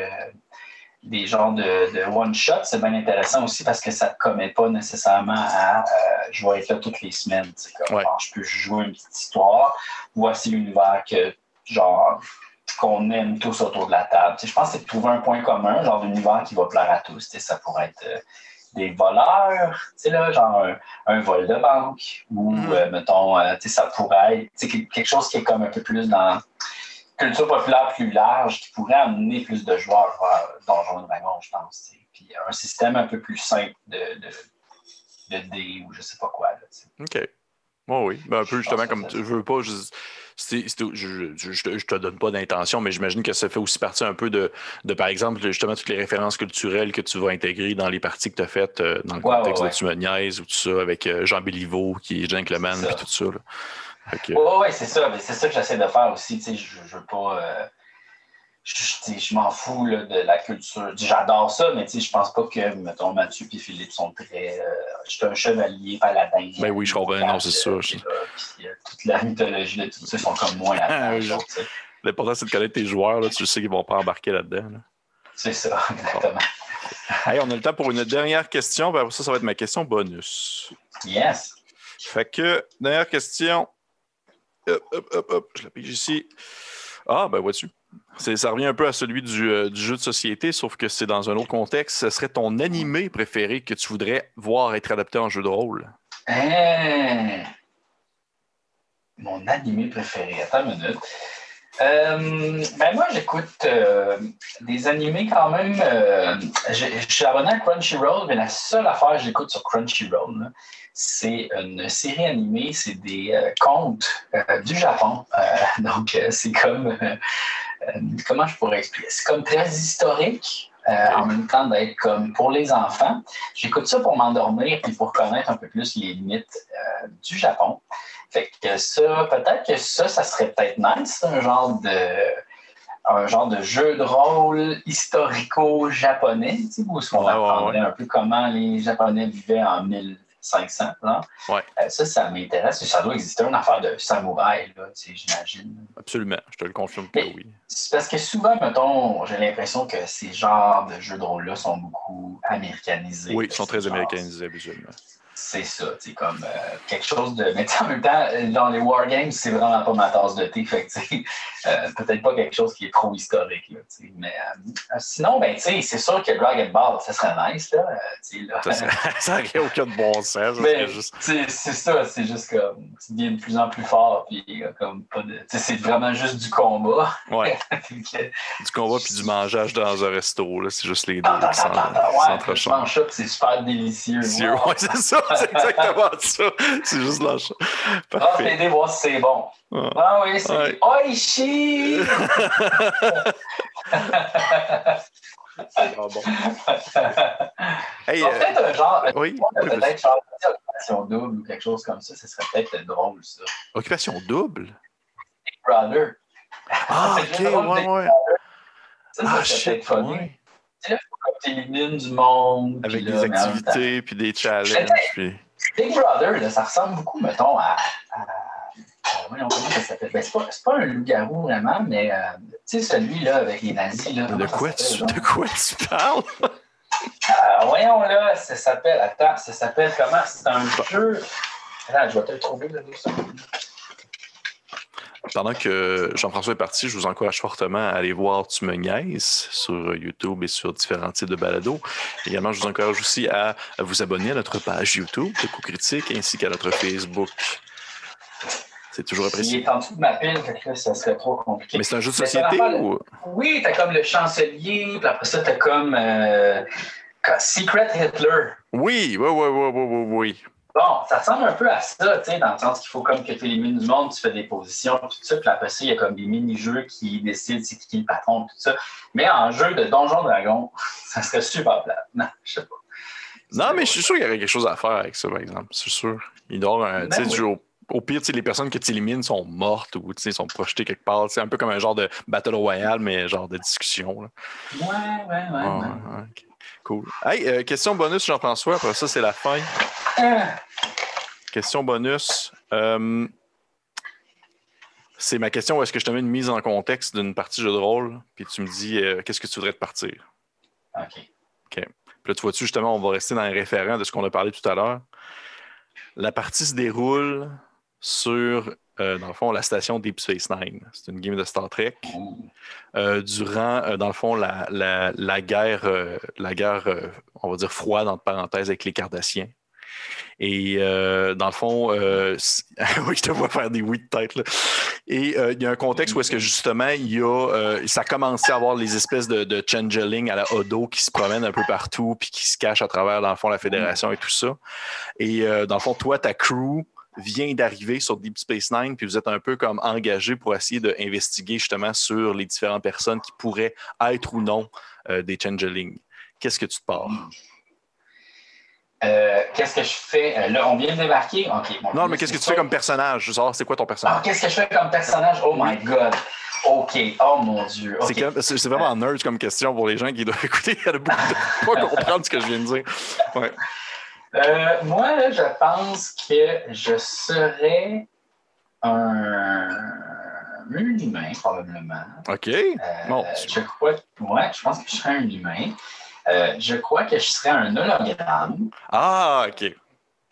des genres de, de one-shot, c'est bien intéressant aussi parce que ça ne te commet pas nécessairement à euh, je vais être là toutes les semaines. Comme, ouais. bon, je peux jouer une petite histoire, voici l'univers que genre qu'on aime tous autour de la table. T'sais, je pense que c'est de trouver un point commun, genre d'univers qui va plaire à tous. Ça pourrait être euh, des voleurs, là, genre un, un vol de banque, ou, mm. euh, mettons, euh, ça pourrait être quelque chose qui est comme un peu plus dans culture populaire plus large qui pourrait amener plus de joueurs vers Donjons et Dragons, je pense. T'sais. Puis un système un peu plus simple de, de, de dés ou je sais pas quoi. Là, OK. Oh oui, ben un peu justement comme tu veux pas. Je, c'est, c'est, je, je, je, te, je te donne pas d'intention, mais j'imagine que ça fait aussi partie un peu de, de, par exemple, justement, toutes les références culturelles que tu vas intégrer dans les parties que tu as faites euh, dans le ouais, contexte ouais, de Tu me niaises ou tout ça, avec euh, Jean Béliveau qui est Gentleman et tout ça. Là. Okay. Oui, ouais, c'est ça. Mais c'est ça que j'essaie de faire aussi. Je, je veux pas. Euh, je, je m'en fous là, de la culture. J'adore ça, mais je pense pas que, mettons, Mathieu et Philippe sont très. Euh, je suis un chevalier paladin. Ben oui, je comprends. Non, c'est ça. Euh, puis, euh, toute la mythologie de tout ça, ils sont comme moi là-dedans. L'important, c'est de connaître tes joueurs. Là, tu sais qu'ils vont pas embarquer là-dedans. Là. C'est ça, exactement. Bon. Hey, on a le temps pour une dernière question. Ben, ça, ça va être ma question bonus. Yes. Fait que, dernière question. Hop, hop, hop, hop. Je la pige ici. Ah, ben vois-tu. C'est, ça revient un peu à celui du, euh, du jeu de société, sauf que c'est dans un autre contexte. Ce serait ton animé préféré que tu voudrais voir être adapté en jeu de rôle? Hein? Mon animé préféré. Attends une minute. Euh, ben moi, j'écoute euh, des animés quand même. Euh, je, je suis abonné à Crunchyroll, mais la seule affaire que j'écoute sur Crunchyroll, là, c'est une série animée, c'est des euh, contes euh, du Japon. Euh, donc, euh, c'est comme. Euh, euh, comment je pourrais expliquer? C'est comme très historique. Euh, okay. En même temps d'être comme pour les enfants. J'écoute ça pour m'endormir et pour connaître un peu plus les limites euh, du Japon. Fait que ça, peut-être que ça, ça serait peut-être nice, un genre de, un genre de jeu de rôle historico-japonais, tu sais, où on ouais, apprendrait ouais, ouais. un peu comment les Japonais vivaient en mille cinq cents. Ouais. Euh, ça, ça m'intéresse. Ça doit exister une affaire de samouraï, là, tu sais, j'imagine. Absolument, je te le confirme que Mais oui. C'est parce que souvent, mettons, j'ai l'impression que ces genres de jeux de rôle-là sont beaucoup américanisés. Oui, ils sont très américanisés, habituellement. C'est ça, c'est comme euh, quelque chose de. Mais en même temps, dans les wargames, c'est vraiment pas ma tasse de thé. Fait que, euh, peut-être pas quelque chose qui est trop historique. Là, mais euh, sinon, ben, c'est sûr que Dragon Ball, ça serait nice. Là, euh, là. Ça n'aurait aucun de bon sens. Mais, juste... C'est ça, c'est juste comme tu deviens de plus en plus fort. Puis, comme pas de. C'est vraiment juste du combat. Ouais. Du combat puis du mangeage dans un resto. Là, c'est juste les deux qui s'entrechoquent. Ouais, mange ça, c'est super délicieux. Wow. Ouais, c'est ça. C'est exactement ça. C'est juste l'achat. Ah, t'aider voir si c'est bon. Ah, ah oui, c'est ouais. Oishi! C'est bon. Hey, euh, peut-être un genre, oui, peut-être oui, genre Occupation double ou quelque chose comme ça, ce serait peut-être drôle, ça. Occupation double? Big Brother. Ah, ok, ouais, ouais. Ça, ça ah, shit, ouais. Tu sais, il faut que tu élimines du monde. Avec là, des activités, puis des challenges. Puis... Big Brother, là, ça ressemble beaucoup, mettons, à... à... Voyons comment ça s'appelle. Ben, c'est pas, pas un loup-garou vraiment, mais euh, tu sais, celui-là avec les nazis. Là, de, quoi tu, de quoi tu parles? euh, voyons là, ça s'appelle. Attends, ça s'appelle comment? C'est un jeu. Attends, je vais te le trouver là, deux secondes. Pendant que Jean-François est parti, je vous encourage fortement à aller voir Tu me niaises sur YouTube et sur différents types de balados. Également, je vous encourage aussi à vous abonner à notre page YouTube de Coup Critique ainsi qu'à notre Facebook. C'est toujours apprécié. Il est en dessous de ma pile, fait que ça serait trop compliqué. Mais c'est un jeu de société ou... Oui, t'as comme le chancelier, puis après ça, t'as comme euh, Secret Hitler. Oui, oui, oui, oui, oui, oui, oui. Bon, ça ressemble un peu à ça, tu sais, dans le sens qu'il faut comme que tu élimines du monde, tu fais des positions, tout ça, puis après ça, il y a comme des mini-jeux qui décident c'est qui le patron, tout ça. Mais en jeu de Donjon Dragon, ça serait super plat. Non, je sais pas. Non, mais je suis sûr qu'il y aurait quelque chose à faire avec ça, par exemple. C'est sûr. Il doit un, tu sais, oui. Au pire, les personnes que tu élimines sont mortes ou sont projetées quelque part. C'est un peu comme un genre de Battle Royale, mais genre de discussion. Là. Ouais, ouais, ouais. Oh, ouais. Okay. Cool. Hey, euh, question bonus, Jean-François. Après ça, c'est la fin. Euh. Question bonus. Euh, c'est ma question où est-ce que je te mets une mise en contexte d'une partie jeu de rôle, puis tu me dis euh, qu'est-ce que tu voudrais te partir. OK. OK. Puis là, tu vois-tu, justement, on va rester dans les référents de ce qu'on a parlé tout à l'heure. La partie se déroule sur, euh, dans le fond, la station Deep Space Nine. C'est une game de Star Trek. Euh, durant, euh, dans le fond, la, la, la guerre, euh, la guerre euh, on va dire froide, entre parenthèses, avec les Cardassiens. Et euh, dans le fond, euh, oui, je te vois faire des oui de tête, là. Et euh, il y a un contexte où est-ce que justement, il y a, euh, ça a commencé à avoir les espèces de, de changeling à la Odo qui se promènent un peu partout puis qui se cachent à travers, dans le fond, la fédération et tout ça. Et euh, dans le fond, toi, ta crew vient d'arriver sur Deep Space Nine, puis vous êtes un peu comme engagé pour essayer d'investiguer justement sur les différentes personnes qui pourraient être ou non euh, des changelings. Qu'est-ce que tu te pars? Euh, qu'est-ce que je fais? Là, on vient de débarquer. Okay, bon, non, mais qu'est-ce que tu fais comme personnage? Genre, c'est quoi ton personnage? Ah, qu'est-ce que je fais comme personnage? Oh my God! OK. Oh mon Dieu. Okay. C'est, c'est vraiment nerd comme question pour les gens qui doivent écouter. Il y a beaucoup de pas comprendre ce que je viens de dire. Ouais. Euh, moi, là, je pense que je serais un, un humain, probablement. OK. Euh, bon. Je crois ouais, je pense que je serais un humain. Euh, je crois que je serais un hologramme. Ah, OK. Ouais,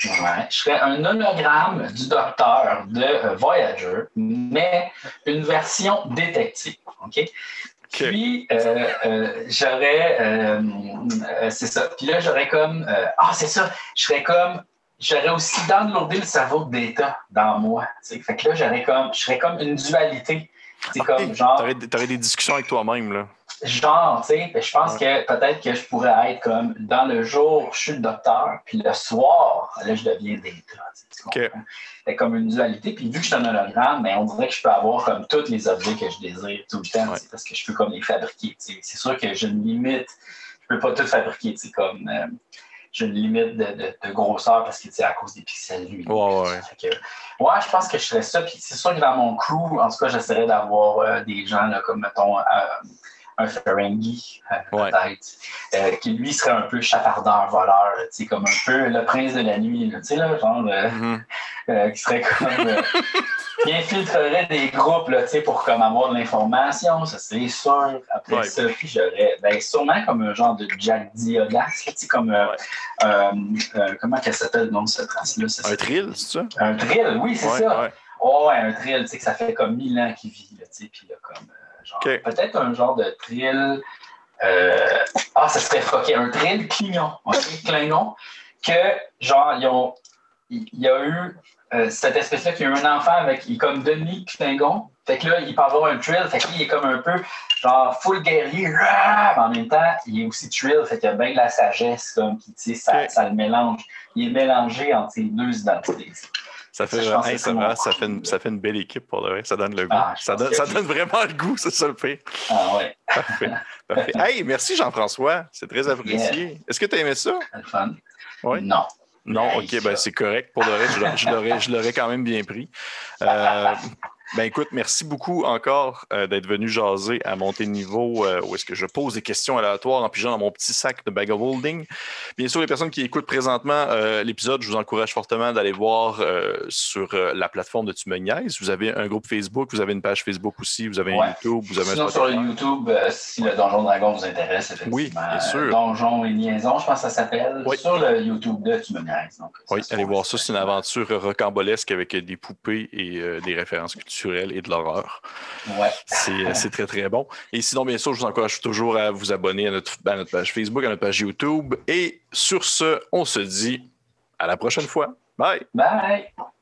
je serais un hologramme du docteur de euh, Voyager, mais une version détective. OK? Okay. Puis, euh, euh, j'aurais... Euh, euh, c'est ça. Puis là, j'aurais comme... Euh, ah, c'est ça. Je serais comme... J'aurais aussi downloadé le cerveau de Data dans moi. T'sais. Fait que là, j'aurais comme... Je serais comme une dualité. C'est okay. comme genre... T'aurais, t'aurais des discussions avec toi-même, là. Genre, tu sais, je pense ouais. que peut-être que je pourrais être comme dans le jour, je suis le docteur, puis le soir, là, je deviens Data. Tu okay. C'est comme une dualité. Puis vu que je suis un hologramme, ben, on dirait que je peux avoir comme tous les objets que je désire tout le temps, ouais. parce que je peux comme les fabriquer. T'sais. C'est sûr que j'ai une limite, je peux pas tout fabriquer, comme euh, j'ai une limite de, de, de grosseur parce que c'est à cause des pixels lumineux. Ouais, ouais. Que, ouais, je pense que je ferais ça. Puis c'est sûr que dans mon crew, en tout cas, j'essaierais d'avoir euh, des gens là, comme, mettons, euh, un Ferengi, euh, ouais. peut-être, euh, qui lui serait un peu chapardeur, voleur, tu sais, comme un peu le prince de la nuit, tu sais, là, genre, euh, mm-hmm. euh, qui serait comme, euh, qui infiltrerait des groupes, là, tu sais, pour comme avoir de l'information, ça c'est sûr. Après ouais. ça, puis j'aurais, ben, sûrement comme un genre de Jack Diodas, tu sais, comme, euh, ouais. euh, euh, comment qu'elle s'appelle le nom de cette race-là? Ça, un trill, c'est ça? Un trill, oui, c'est ouais, ça. Ouais. Oh, ouais, un trill, tu sais, que ça fait comme mille ans qu'il vit, là, tu sais, puis là, comme... Genre, okay. Peut-être un genre de trill. Euh, ah, ça serait fucké. Un trill Klingon. Okay? Klingon. Que, genre, ils ont, il y a eu euh, cette espèce-là qui a eu un enfant avec, il est comme demi-Klingon. Fait que là, il peut avoir un trill. Fait qu'il est comme un peu, genre, full guerrier. Mais en même temps, il est aussi trill. Fait qu'il y a bien de la sagesse, comme, qui, tu sais, ça, okay. ça le mélange. Il est mélangé entre ces deux identités. Ça fait, ça, hey, ça, va, ça, fait une, ça fait une belle équipe pour le vrai. Ça donne le goût. Ah, ça, donne, ça donne vraiment le goût, c'est ça le pire. Ah ouais. Parfait. Parfait. Hey, merci Jean-François. C'est très apprécié. Yeah. Est-ce que tu as aimé ça? C'est le fun. Oui? Non. Non, OK, ben c'est correct. Pour le reste, je, je, l'aurais, je l'aurais quand même bien pris. Euh, ben écoute, merci beaucoup encore euh, d'être venu jaser à monter de niveau euh, où est-ce que je pose des questions aléatoires en pigeant dans mon petit sac de bag of holding. Bien sûr, les personnes qui écoutent présentement euh, l'épisode, je vous encourage fortement d'aller voir euh, sur euh, la plateforme de Tu me niaises. Vous avez un groupe Facebook, vous avez une page Facebook aussi, vous avez un ouais. YouTube, vous avez Sinon, un sur le YouTube, euh, si le Donjon Dragon vous intéresse, effectivement. Oui, bien sûr. Euh, Donjon et Liaison, je pense que ça s'appelle, oui. sur le YouTube de Tu me niaises. Donc, oui, allez voir ça, c'est une aventure rocambolesque avec des poupées et euh, des références culturelles et de l'horreur. Ouais. C'est, c'est très, très bon. Et sinon, bien sûr, je vous encourage toujours à vous abonner à notre, à notre page Facebook, à notre page YouTube. Et sur ce, on se dit à la prochaine fois. Bye! Bye!